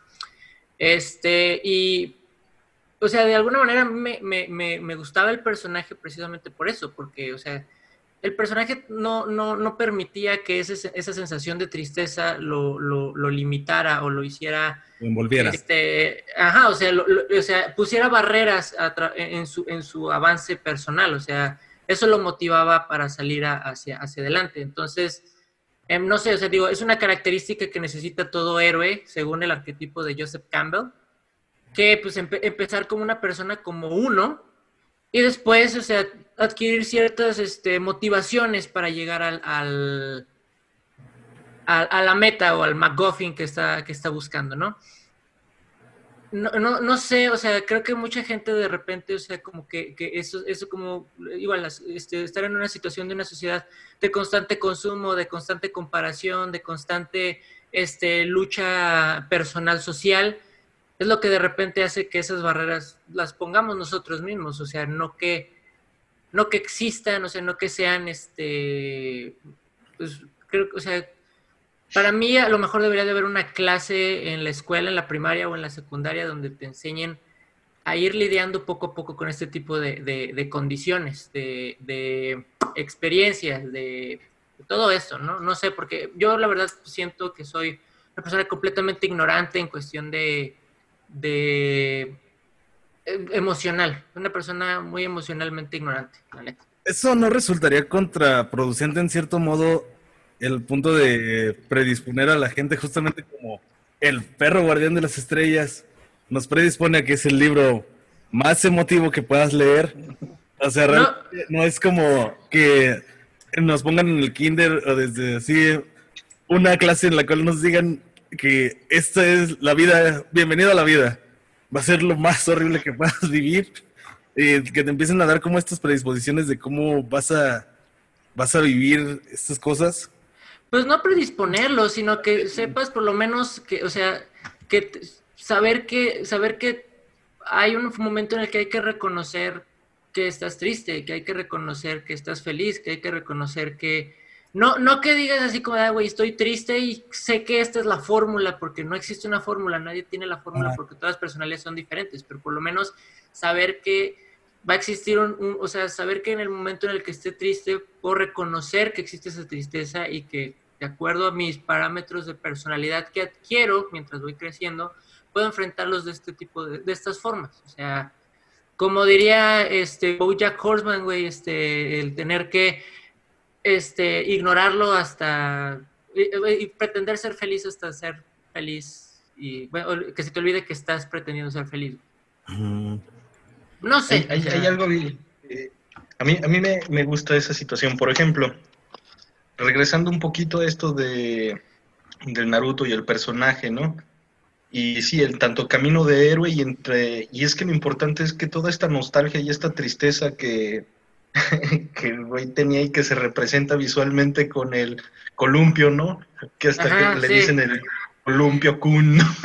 Y o sea, de alguna manera me gustaba el personaje precisamente por eso, porque, o sea, el personaje no permitía que esa sensación de tristeza lo limitara o lo hiciera, Lo envolviera. ajá, o sea, pusiera barreras en su avance personal, o sea, eso lo motivaba para salir hacia adelante. Entonces, No sé, o sea, digo, es una característica que necesita todo héroe, según el arquetipo de Joseph Campbell, que pues empezar como una persona como uno y después, o sea, adquirir ciertas motivaciones para llegar a la meta o al MacGuffin que está buscando, ¿no? No sé, o sea, creo que mucha gente de repente, o sea, como que eso como, igual, estar en una situación de una sociedad de constante consumo, de constante comparación, de constante lucha personal social, es lo que de repente hace que esas barreras las pongamos nosotros mismos, o sea, no que existan, o sea, no que sean, pues, creo que, o sea, para mí, a lo mejor debería de haber una clase en la escuela, en la primaria o en la secundaria, donde te enseñen a ir lidiando poco a poco con este tipo de condiciones, de experiencias, de todo esto, ¿no? No sé, porque yo la verdad siento que soy una persona completamente ignorante en cuestión de emocional, una persona muy emocionalmente ignorante, la neta. ¿Eso no resultaría contraproducente en cierto modo el punto de predisponer a la gente justamente como el perro guardián de las estrellas nos predispone a que es el libro más emotivo que puedas leer? O sea, No, realmente no es como que nos pongan en el kinder o desde así una clase en la cual nos digan que esta es la vida, bienvenido a la vida, va a ser lo más horrible que puedas vivir, que te empiecen a dar como estas predisposiciones de cómo vas a vivir estas cosas. pues no predisponerlo, sino que sepas por lo menos que, o sea, saber que hay un momento en el que hay que reconocer que estás triste, que hay que reconocer que estás feliz, que hay que reconocer que no que digas así como, ah, güey, estoy triste y sé que esta es la fórmula, porque no existe una fórmula, nadie tiene la fórmula porque todas las personalidades son diferentes, pero por lo menos saber que va a existir o sea, saber que en el momento en el que esté triste, puedo reconocer que existe esa tristeza y que de acuerdo a mis parámetros de personalidad que adquiero mientras voy creciendo, puedo enfrentarlos de este tipo de estas formas. O sea, como diría BoJack Horseman, güey, el tener que ignorarlo hasta y pretender ser feliz hasta ser feliz y bueno, que se te olvide que estás pretendiendo ser feliz. No sé. Hay algo, me gusta esa situación. Por ejemplo, regresando un poquito a esto del Naruto y el personaje, ¿no? Y sí, el tanto camino de héroe y es que lo importante es que toda esta nostalgia y esta tristeza que el güey tenía y que se representa visualmente con el columpio, ¿no? Que hasta Ajá, que le sí. dicen el columpio kun, ¿no?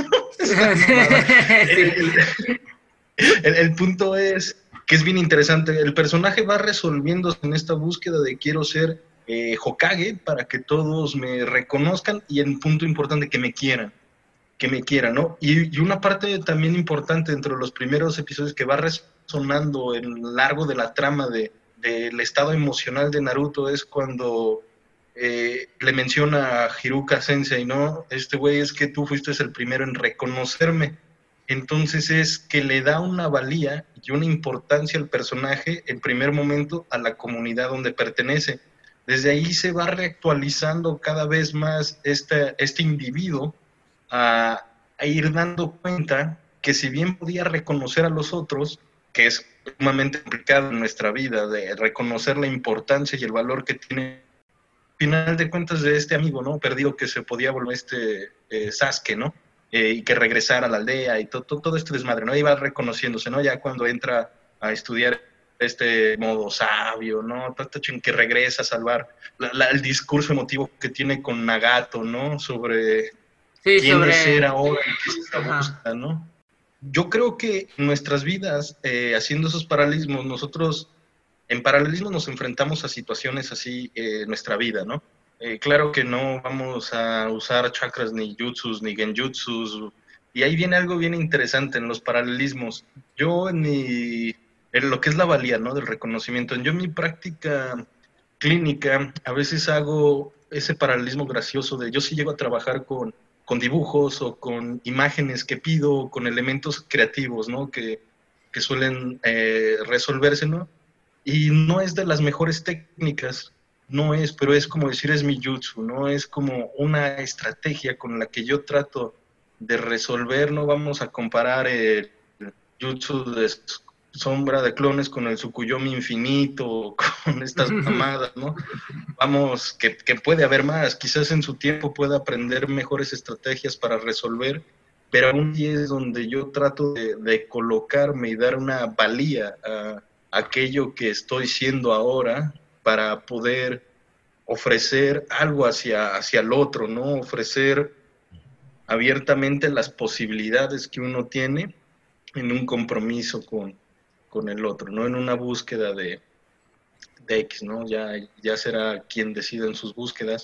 El punto es que es bien interesante. El personaje va resolviéndose en esta búsqueda de quiero ser Hokage para que todos me reconozcan y en punto importante que me quieran, ¿no? Y una parte también importante dentro de los primeros episodios que va resonando en lo largo de la trama del estado emocional de Naruto es cuando le menciona a Hiruka Sensei, ¿no? Este güey, es que tú fuiste el primero en reconocerme. Entonces es que le da una valía y una importancia al personaje en primer momento a la comunidad donde pertenece. Desde ahí se va reactualizando cada vez más este individuo a ir dando cuenta que si bien podía reconocer a los otros, que es sumamente complicado en nuestra vida, de reconocer la importancia y el valor que tiene, al final de cuentas de este amigo, ¿no? Perdido que se podía volver Sasuke, ¿no? Y que regresara a la aldea y todo este desmadre, ¿no? Iba reconociéndose, ¿no? Ya cuando entra a estudiar este modo sabio, ¿no? Que regresa a salvar el discurso emotivo que tiene con Nagato, ¿no? Sobre sí, quién es ser ahora y qué se está Ajá. buscando, ¿no? Yo creo que en nuestras vidas, haciendo esos paralelismos, nosotros en paralelismo nos enfrentamos a situaciones así en nuestra vida, ¿no? Claro que no vamos a usar chakras ni jutsus ni genjutsus, y ahí viene algo bien interesante en los paralelismos. Yo en lo que es la valía, ¿no? Del reconocimiento, yo en mi práctica clínica a veces hago ese paralelismo gracioso de yo sí llego a trabajar con dibujos o con imágenes que pido, o con elementos creativos, ¿no? Que suelen resolverse, ¿no? Y no es de las mejores técnicas, no es, pero es como decir es mi jutsu, ¿no? Es como una estrategia con la que yo trato de resolver. No vamos a comparar el jutsu de Sombra de Clones con el Tsukuyomi infinito, con estas mamadas, ¿no? Vamos, que puede haber más, quizás en su tiempo pueda aprender mejores estrategias para resolver, pero aún así es donde yo trato de colocarme y dar una valía a aquello que estoy siendo ahora para poder ofrecer algo hacia el otro, ¿no? Ofrecer abiertamente las posibilidades que uno tiene en un compromiso con el otro, ¿no? En una búsqueda de X, ¿no? Ya será quien decida en sus búsquedas,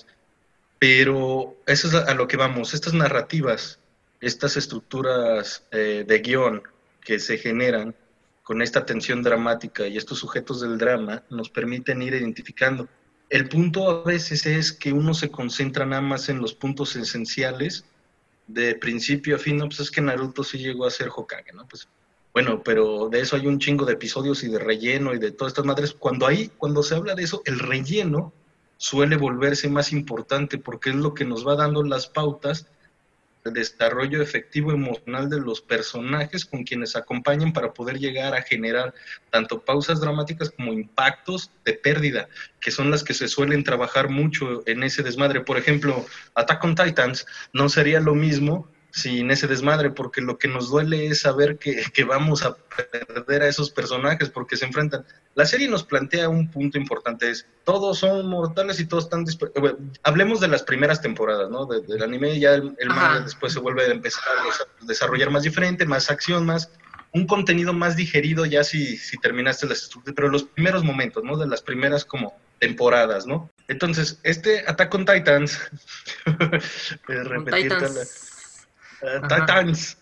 pero eso es a lo que vamos. Estas narrativas, estas estructuras de guión que se generan con esta tensión dramática y estos sujetos del drama nos permiten ir identificando. El punto a veces es que uno se concentra nada más en los puntos esenciales de principio a fin. No, pues es que Naruto sí llegó a ser Hokage, ¿no? Pues bueno, pero de eso hay un chingo de episodios y de relleno y de todas estas madres. Cuando se habla de eso, el relleno suele volverse más importante porque es lo que nos va dando las pautas de desarrollo efectivo emocional de los personajes con quienes acompañan para poder llegar a generar tanto pausas dramáticas como impactos de pérdida, que son las que se suelen trabajar mucho en ese desmadre. Por ejemplo, Attack on Titans no sería lo mismo sin ese desmadre, porque lo que nos duele es saber que vamos a perder a esos personajes porque se enfrentan. La serie nos plantea un punto importante, es todos son mortales y todos están hablemos de las primeras temporadas, ¿no? Del anime, ya el manga después se vuelve a empezar a desarrollar más diferente, más acción, más un contenido más digerido ya si terminaste las estructuras, pero los primeros momentos, ¿no? De las primeras como temporadas, ¿no? Entonces, este Attack on Titans Titans.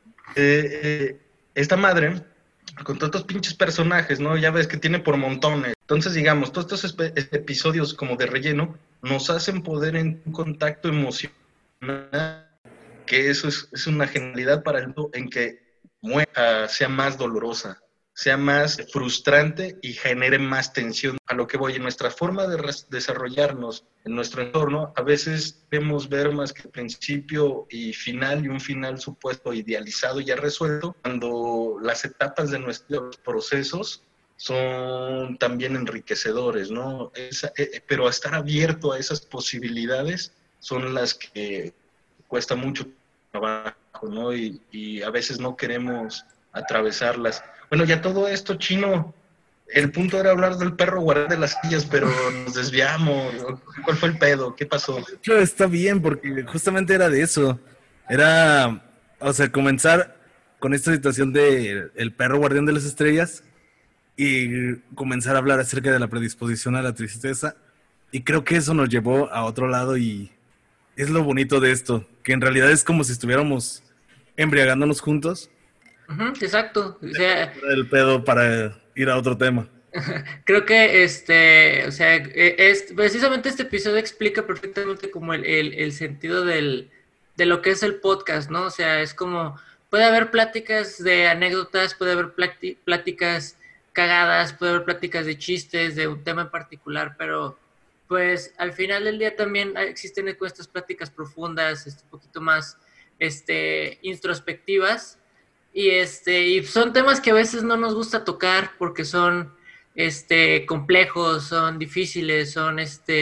Esta madre, con todos estos pinches personajes, ¿no? Ya ves que tiene por montones. Entonces, digamos, todos estos episodios como de relleno nos hacen poder en un contacto emocional, que eso es una genialidad para el mundo en que sea más dolorosa, sea más frustrante y genere más tensión. A lo que voy, en nuestra forma de desarrollarnos en nuestro entorno, a veces vemos ver más que principio y final, y un final supuesto idealizado y ya resuelto, cuando las etapas de nuestros procesos son también enriquecedores, ¿no? Pero estar abierto a esas posibilidades son las que cuesta mucho trabajo, ¿no? Y a veces no queremos atravesarlas. Bueno, ya todo esto, Chino, el punto era hablar del perro guardar de las sillas, pero nos desviamos. ¿Cuál fue el pedo? ¿Qué pasó? Está bien, porque justamente era de eso. Era, o sea, comenzar con esta situación de el perro guardián de las estrellas y comenzar a hablar acerca de la predisposición a la tristeza. Y creo que eso nos llevó a otro lado y es lo bonito de esto, que en realidad es como si estuviéramos embriagándonos juntos. Exacto. O sea, el pedo para ir a otro tema. Creo que o sea, precisamente este episodio explica perfectamente como el sentido de lo que es el podcast, ¿no? O sea, es como, puede haber pláticas de anécdotas, puede haber pláticas cagadas, puede haber pláticas de chistes de un tema en particular, pero pues al final del día también existen estas pláticas profundas, un poquito más introspectivas, y son temas que a veces no nos gusta tocar porque son complejos, son difíciles, son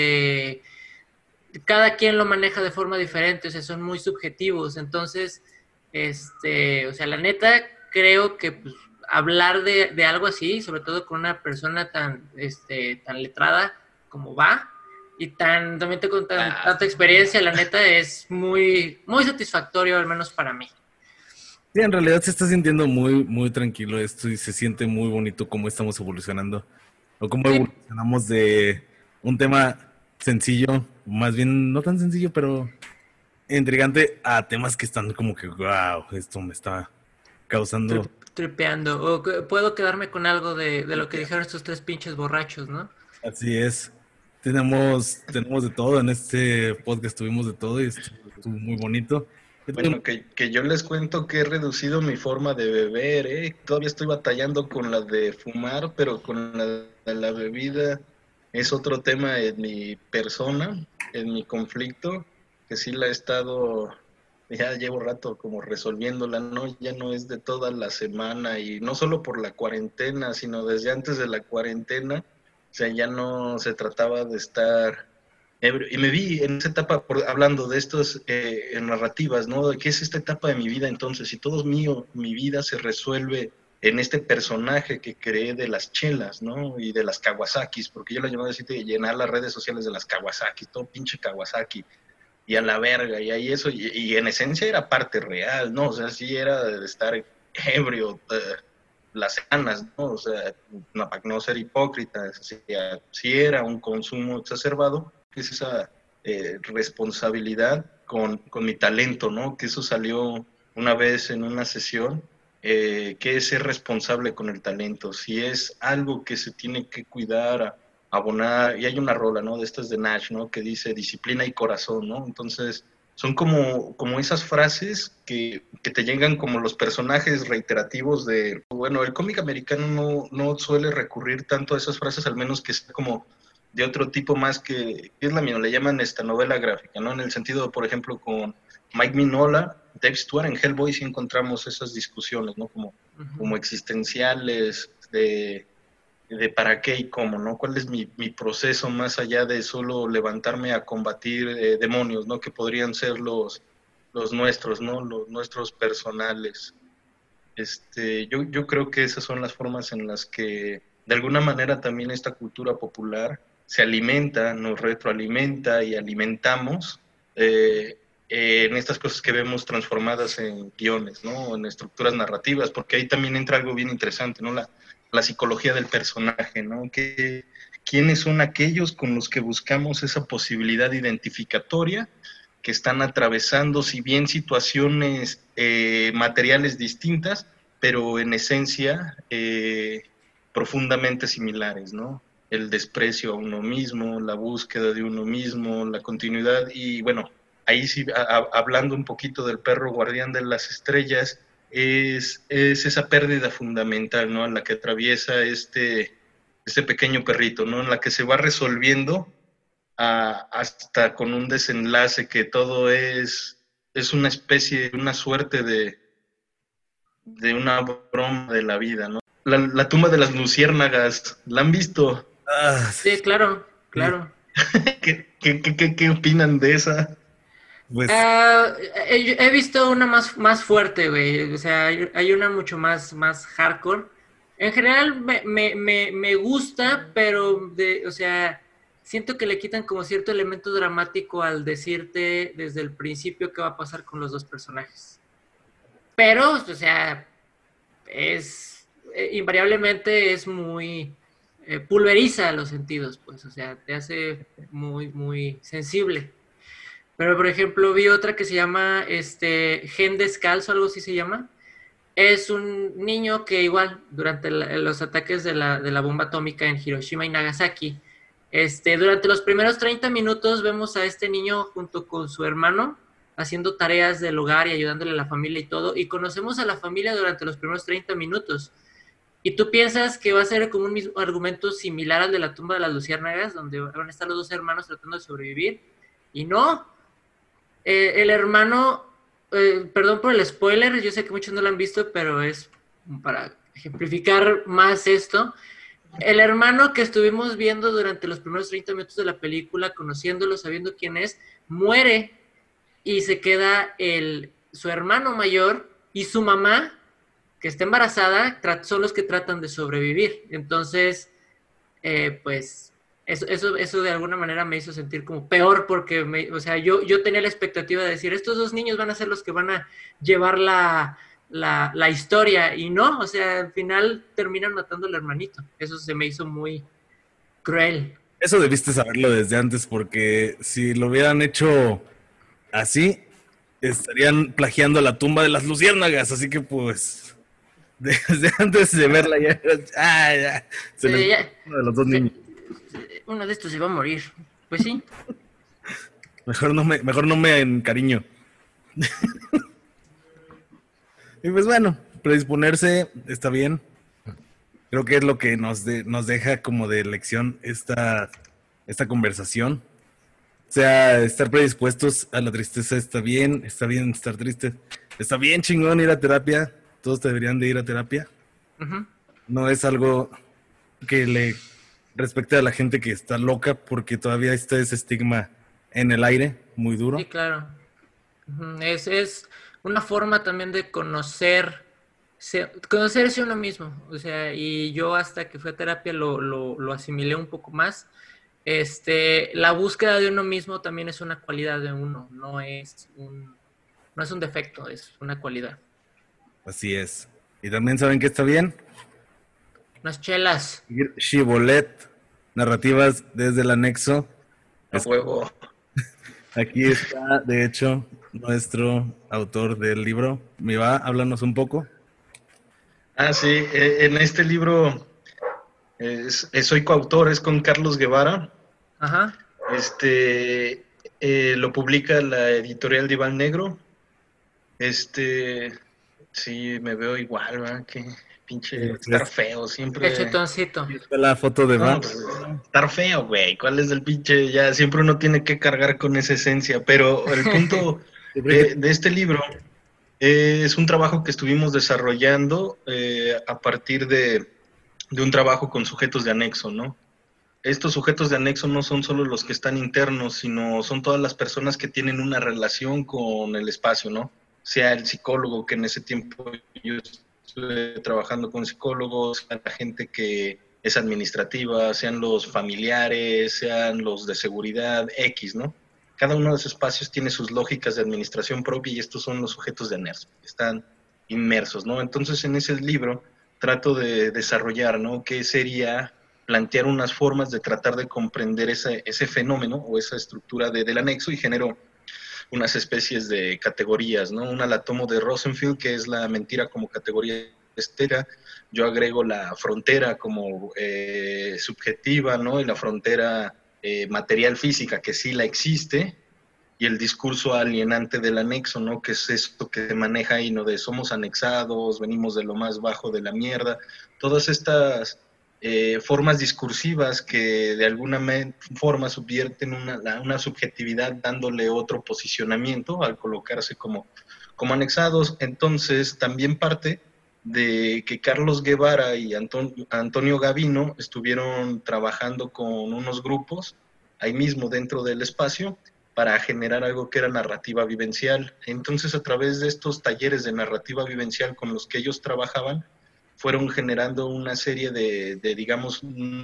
cada quien lo maneja de forma diferente, o sea, son muy subjetivos. Entonces, o sea, la neta, creo que pues, hablar de algo así, sobre todo con una persona tan letrada como va, y también con tanta experiencia, la neta, es muy, muy satisfactorio, al menos para mí. Sí, en realidad se está sintiendo muy, muy tranquilo esto y se siente muy bonito cómo estamos evolucionando. O cómo evolucionamos de un tema sencillo, más bien no tan sencillo, pero intrigante, a temas que están como que, wow, esto me está causando... Tripeando. O puedo quedarme con algo de lo que dijeron estos tres pinches borrachos, ¿no? Así es. Tenemos de todo en este podcast, tuvimos de todo y estuvo muy bonito. Bueno, que yo les cuento que he reducido mi forma de beber, ¿eh? Todavía estoy batallando con la de fumar, pero con la de la bebida es otro tema en mi persona, en mi conflicto, que sí la he estado, ya llevo rato como resolviéndola, ¿no? Ya no es de toda la semana y no solo por la cuarentena, sino desde antes de la cuarentena, o sea, ya no se trataba de estar ebrio. Y me vi en esa etapa, hablando de estas narrativas, ¿no? De qué es esta etapa de mi vida entonces, si todo es mío, mi vida se resuelve en este personaje que creé de las chelas, ¿no? Y de las Kawasakis, porque yo la llamaba así de llenar las redes sociales de las Kawasaki, todo pinche Kawasaki, y a la verga, y ahí eso, y en esencia era parte real, ¿no? O sea, sí era de estar ebrio las semanas, ¿no? O sea, no, para no ser hipócritas, o sea, sí era un consumo exacerbado, que es esa responsabilidad con mi talento, ¿no? Que eso salió una vez en una sesión, que es ser responsable con el talento, si es algo que se tiene que cuidar, abonar, y hay una rola, ¿no? De estas de Nash, ¿no? Que dice disciplina y corazón, ¿no? Entonces, son como esas frases que te llegan como los personajes reiterativos de, bueno, el cómic americano no suele recurrir tanto a esas frases, al menos que sea como de otro tipo más que es la mía, le llaman esta novela gráfica, ¿no? En el sentido, por ejemplo, con Mike Mignola, Dave Stewart, en Hellboy sí encontramos esas discusiones, ¿no? Como existenciales de para qué y cómo, ¿no? ¿Cuál es mi proceso más allá de solo levantarme a combatir demonios, ¿no? Que podrían ser los nuestros, ¿no? Los nuestros personales. Yo creo que esas son las formas en las que de alguna manera también esta cultura popular se alimenta, nos retroalimenta y alimentamos en estas cosas que vemos transformadas en guiones, ¿no? En estructuras narrativas, porque ahí también entra algo bien interesante, ¿no? La psicología del personaje, ¿no? ¿Quiénes son aquellos con los que buscamos esa posibilidad identificatoria que están atravesando, si bien situaciones materiales distintas, pero en esencia profundamente similares, ¿no? El desprecio a uno mismo, la búsqueda de uno mismo, la continuidad, y bueno, ahí sí, hablando un poquito del perro guardián de las estrellas, es esa pérdida fundamental, ¿no? En la que atraviesa este pequeño perrito, ¿no? En la que se va resolviendo hasta con un desenlace que todo es una especie, una suerte de una broma de la vida, ¿no? La tumba de las luciérnagas, ¿la han visto? Sí, claro, claro. ¿Qué opinan de esa? Pues, He visto una más fuerte, güey. O sea, hay una mucho más hardcore. En general me gusta, pero o sea, siento que le quitan como cierto elemento dramático al decirte desde el principio qué va a pasar con los dos personajes. Pero, o sea, invariablemente es muy pulveriza los sentidos, pues, o sea, te hace muy sensible. Pero, por ejemplo, vi otra que se llama Gen Descalzo, algo así se llama. Es un niño que igual, durante los ataques de la bomba atómica en Hiroshima y Nagasaki, durante los primeros 30 minutos vemos a este niño junto con su hermano haciendo tareas del hogar y ayudándole a la familia y todo, y conocemos a la familia durante los primeros 30 minutos. Y tú piensas que va a ser como un mismo argumento similar al de la tumba de las luciérnagas, donde van a estar los dos hermanos tratando de sobrevivir, y no. El hermano, perdón por el spoiler, yo sé que muchos no lo han visto, pero es para ejemplificar más esto. El hermano que estuvimos viendo durante los primeros 30 minutos de la película, conociéndolo, sabiendo quién es, muere y se queda su hermano mayor y su mamá, que está embarazada, son los que tratan de sobrevivir. Entonces, pues eso de alguna manera me hizo sentir como peor porque, o sea, yo tenía la expectativa de decir, estos dos niños van a ser los que van a llevar la historia y no, o sea, al final terminan matando al hermanito. Eso se me hizo muy cruel. eso debiste saberlo desde antes porque si lo hubieran hecho así, estarían plagiando la tumba de las luciérnagas, así que pues desde antes de verla ya se les uno de los dos niños. Uno de estos se va a morir. Pues sí. Mejor no me encariño. Y pues bueno, predisponerse está bien. Creo que es lo que nos deja como de lección esta conversación. O sea, estar predispuestos a la tristeza está bien estar triste. Está bien chingón ir a terapia. Todos deberían de ir a terapia. Ujú. No es algo que le respecte a la gente que está loca, porque todavía está ese estigma en el aire, muy duro. Sí, claro. Ujú. Es una forma también de conocerse uno mismo. O sea, y yo hasta que fui a terapia lo asimilé un poco más. La búsqueda de uno mismo también es una cualidad de uno, no es un defecto, es una cualidad. Así es. Y también saben que está bien. Unas chelas. Shibolet, narrativas desde el anexo. A huevo. Aquí está, de hecho, nuestro autor del libro. ¿Me va a hablarnos un poco? Ah, sí, en este libro soy coautor, es con Carlos Guevara. Ajá. Lo publica la editorial Diván Negro. Sí, me veo igual, ¿verdad? Que pinche estar feo, siempre. El chetoncito. Aquí está la foto de No, Van. pues, estar feo, güey. ¿Cuál es el pinche? Ya siempre uno tiene que cargar con esa esencia. Pero el punto de este libro es un trabajo que estuvimos desarrollando a partir de un trabajo con sujetos de anexo, ¿no? Estos sujetos de anexo no son solo los que están internos, sino son todas las personas que tienen una relación con el espacio, ¿no? Sea el psicólogo, que en ese tiempo yo estuve trabajando con psicólogos, sea la gente que es administrativa, sean los familiares, sean los de seguridad, X, ¿no? Cada uno de esos espacios tiene sus lógicas de administración propia y estos son los sujetos de anexo, que están inmersos, ¿no? Entonces, en ese libro trato de desarrollar, ¿no? ¿Qué sería plantear unas formas de tratar de comprender ese fenómeno o esa estructura del anexo y genero unas especies de categorías, ¿no? Una la tomo de Rosenfield, que es la mentira como categoría estera. Yo agrego la frontera como subjetiva, ¿no? Y la frontera material física, que sí la existe, y el discurso alienante del anexo, ¿no? Que es esto que se maneja ahí, ¿no? De somos anexados, venimos de lo más bajo de la mierda. Todas estas formas discursivas que de alguna forma subvierten una subjetividad dándole otro posicionamiento al colocarse como anexados. Entonces, también parte de que Carlos Guevara y Antonio Gavino estuvieron trabajando con unos grupos ahí mismo dentro del espacio para generar algo que era narrativa vivencial. Entonces, a través de estos talleres de narrativa vivencial con los que ellos trabajaban, fueron generando una serie de digamos,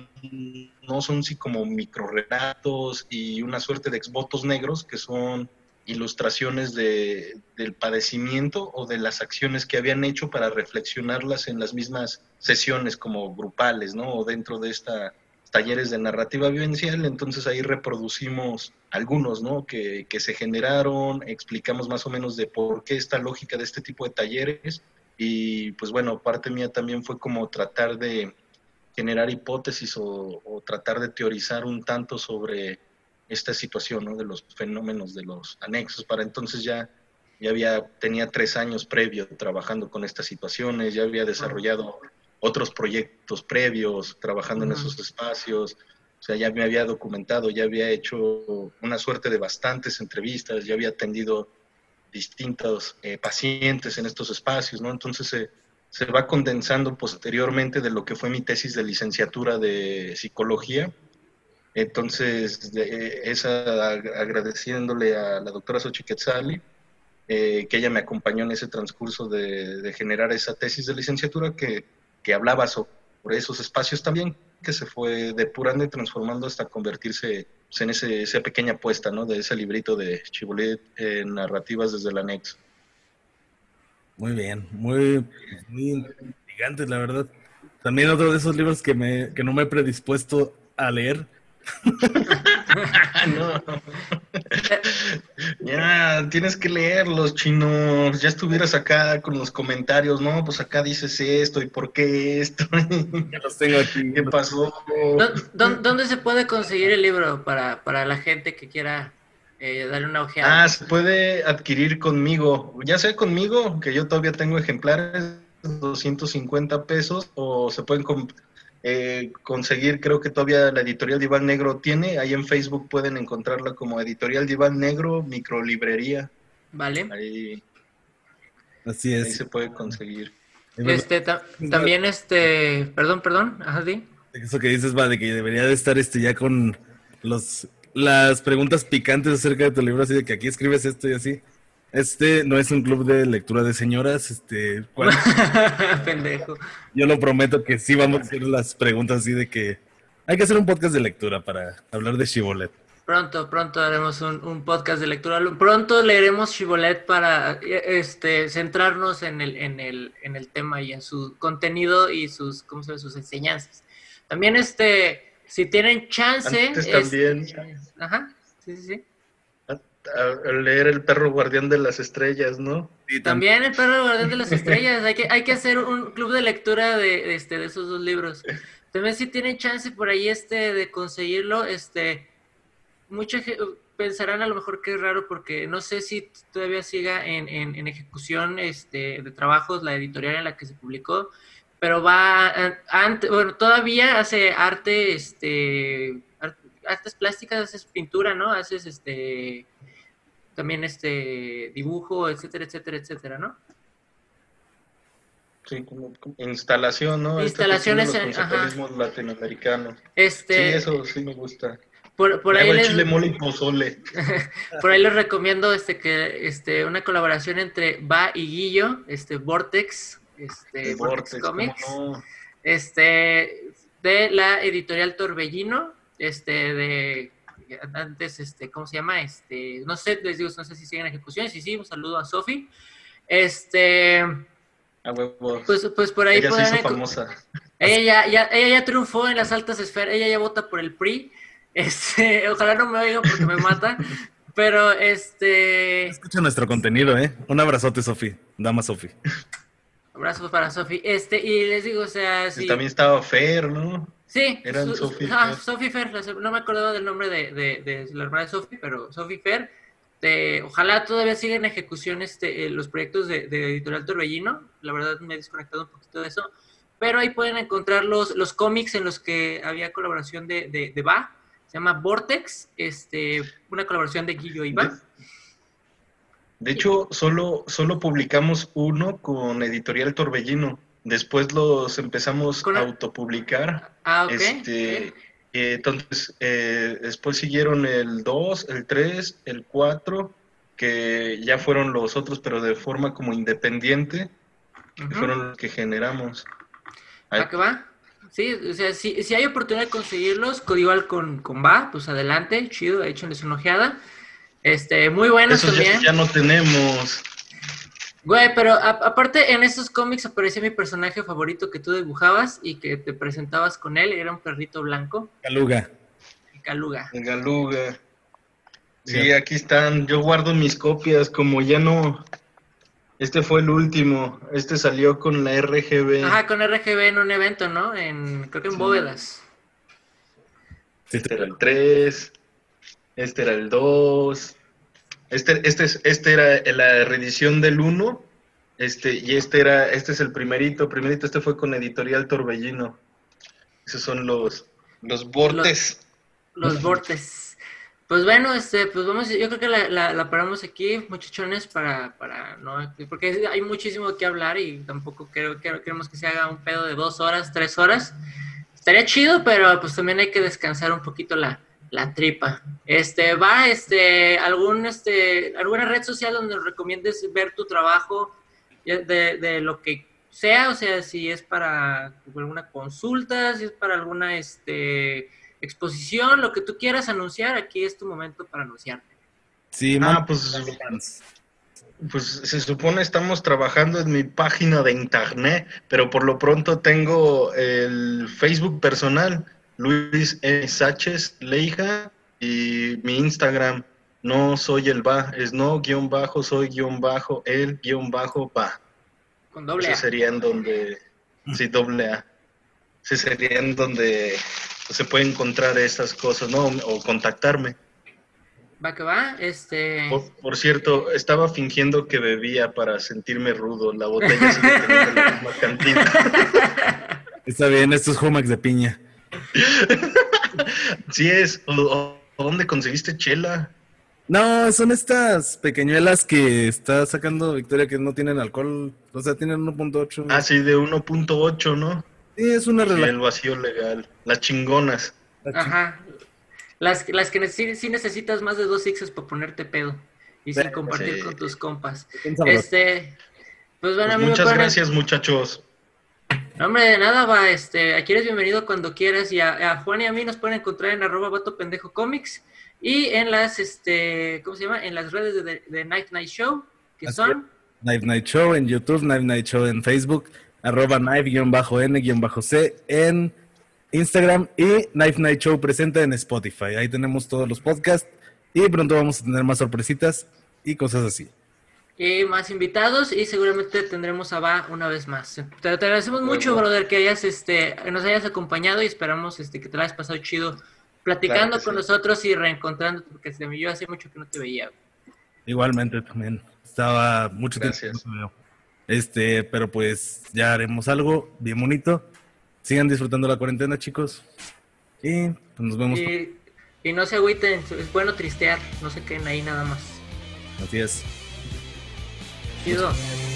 no son sí como microrelatos y una suerte de exvotos negros que son ilustraciones del padecimiento o de las acciones que habían hecho para reflexionarlas en las mismas sesiones como grupales, ¿no? O dentro de estos talleres de narrativa vivencial. Entonces ahí reproducimos algunos, ¿no? Que se generaron, explicamos más o menos de por qué esta lógica de este tipo de talleres. Y pues bueno, parte mía también fue como tratar de generar hipótesis o tratar de teorizar un tanto sobre esta situación, ¿no? De los fenómenos de los anexos. Para entonces tenía 3 años previo trabajando con estas situaciones, ya había desarrollado otros proyectos previos trabajando en esos espacios, o sea, ya me había documentado, ya había hecho una suerte de bastantes entrevistas, ya había atendido distintos pacientes en estos espacios, ¿no? Entonces se va condensando posteriormente de lo que fue mi tesis de licenciatura de psicología. Entonces, agradeciéndole a la doctora Xochitl Quetzali, que ella me acompañó en ese transcurso de generar esa tesis de licenciatura que hablaba sobre esos espacios también, que se fue depurando y transformando hasta convertirse en esa pequeña apuesta, ¿no? De ese librito de Shibolet, narrativas desde el anexo. Muy bien, muy intrigante, la verdad. También otro de esos libros que no me he predispuesto a leer. No. Ya, tienes que leerlos, chinos. Ya estuvieras acá con los comentarios, ¿no? Pues acá dices esto y por qué esto. Ya los tengo aquí. ¿Qué pasó? ¿Dónde se puede conseguir el libro para la gente que quiera darle una ojeada? Se puede adquirir conmigo, ya sea conmigo, que yo todavía tengo ejemplares, $250, o se pueden conseguir, creo que todavía la editorial Diván Negro tiene, ahí en Facebook pueden encontrarla como Editorial Diván Negro, microlibrería. Vale. Así Ahí es. se puede conseguir. También perdón, ajá, di. Eso que dices, va, de que debería de estar ya con las preguntas picantes acerca de tu libro, así de que aquí escribes esto y así. No es un club de lectura de señoras, Pendejo. Yo lo prometo que sí vamos a hacer las preguntas así de que hay que hacer un podcast de lectura para hablar de Shibboleth. Pronto haremos un podcast de lectura. Pronto leeremos Shibboleth para centrarnos en el tema y en su contenido y sus enseñanzas. También si tienen chance. Antes también. Ajá, sí. A leer El perro guardián de las estrellas, ¿no? Sí, también El perro guardián de las estrellas. Hay que hacer un club de lectura de esos dos libros. También si tienen chance por ahí de conseguirlo, mucha gente pensarán a lo mejor que es raro porque no sé si todavía siga en ejecución de trabajos la editorial en la que se publicó, pero todavía hace arte, artes plásticas, haces pintura, ¿no? Haces también dibujo, etcétera, ¿no? Sí, como instalación, ¿no? Instalaciones, los conceptualismos latinoamericanos. Sí, eso sí me gusta. Por ahí chile, mole y pozole. Por ahí les recomiendo que una colaboración entre Va y Guillo, Vortex, Vortex Comics, no. De la editorial Torbellino, de antes, ¿cómo se llama? No sé, les digo, no sé si siguen ejecuciones, sí, un saludo a Sofi. A huevos. Pues por ahí ella se hizo famosa. Ella ya triunfó en las altas esferas, ella ya vota por el PRI. Ojalá no me oigan porque me matan, pero Escucha nuestro contenido, Un abrazote, Sofi, dama Sofi. Abrazos para Sofi. Y les digo, o sea, sí. También estaba Fer, ¿no? Sí. Eran Sofi. Sofi Fer, no me acordaba del nombre de la hermana de Sofi, pero Sofi Fer. Ojalá todavía sigan en ejecución los proyectos de Editorial Torbellino. La verdad me he desconectado un poquito de eso. Pero ahí pueden encontrar los cómics en los que había colaboración de Va. Se llama Vortex, una colaboración de Guillo y Va. De hecho, solo publicamos uno con Editorial Torbellino. Después los empezamos a autopublicar. Ok. Entonces, después siguieron el 2, el 3, el 4, que ya fueron los otros, pero de forma como independiente, que fueron los que generamos. ¿A qué va? Sí, o sea, si hay oportunidad de conseguirlos, igual con Va, pues adelante, chido, échenles una ojeada. Muy buenos esos también. Ya no tenemos. Güey, pero aparte en esos cómics aparecía mi personaje favorito que tú dibujabas y que te presentabas con él, era un perrito blanco. Galuga. Galuga. Sí, aquí están. Yo guardo mis copias, como ya no... Este fue el último. Salió con la RGB. Ajá, con RGB en un evento, ¿no? Creo que en Bóvedas. Este era el 3. Este era el 2. Este era la reedición del 1. Y este es el primerito. Este fue con Editorial Torbellino. Esos son los Vortex. Los Vortex. Pues bueno, pues vamos, yo creo que la paramos aquí, muchachones, para no, porque hay muchísimo que hablar y tampoco queremos que se haga un pedo de 2 horas, 3 horas. Estaría chido, pero pues también hay que descansar un poquito la tripa. ¿Alguna red social donde recomiendes ver tu trabajo de lo que sea? O sea, si es para alguna consulta, si es para alguna exposición, lo que tú quieras anunciar, aquí es tu momento para anunciarte. Sí, pues se supone estamos trabajando en mi página de internet, pero por lo pronto tengo el Facebook personal, Luis M. Sánchez Leija, y mi Instagram, no soy el va, es no-soy-el-va. Con doble A. Eso sería en donde, sí, doble A. Ese sería en donde se puede encontrar esas cosas, ¿no? O contactarme. Va que va, Por cierto, estaba fingiendo que bebía para sentirme rudo. La botella sigue teniendo la misma cantidad. Está bien, estos Jumax de piña. Sí es. ¿Dónde conseguiste chela? No, son estas pequeñuelas que está sacando Victoria que no tienen alcohol, o sea, tienen 1.8. Ah, sí, de 1.8, ¿no? Sí, es una Sí, el relación. vacío legal. Las chingonas. Ajá. Las que sí necesitas más de 2 sixes para ponerte pedo y sin compartir Sí. con tus compas. Son sabrosas. Pues bueno, Pues a mí me muchas pueden... gracias, muchachos. No, hombre, de nada, va, aquí eres bienvenido cuando quieras, y a Juan y a mí nos pueden encontrar en @vatopendejocomics y en las, ¿cómo se llama? En las redes de Night Night Show, que Así son... Knife Night Show en YouTube, Knife Night Show en Facebook, @knife_n_c en Instagram y Knife Night Show presenta en Spotify. Ahí tenemos todos los podcasts y pronto vamos a tener más sorpresitas y cosas así. Y más invitados, y seguramente tendremos a Va una vez más. Te agradecemos mucho, Bueno. brother, que nos hayas acompañado, y esperamos que te la hayas pasado chido platicando Claro que con sí. nosotros y reencontrándote, porque yo hace mucho que no te veía. Igualmente también. Estaba mucho tiempo que no Gracias. te veo. Pero pues ya haremos algo bien bonito. Sigan disfrutando la cuarentena, chicos. Y pues nos vemos. Y no se agüiten, es bueno tristear, no se queden ahí nada más. Así es. Chido.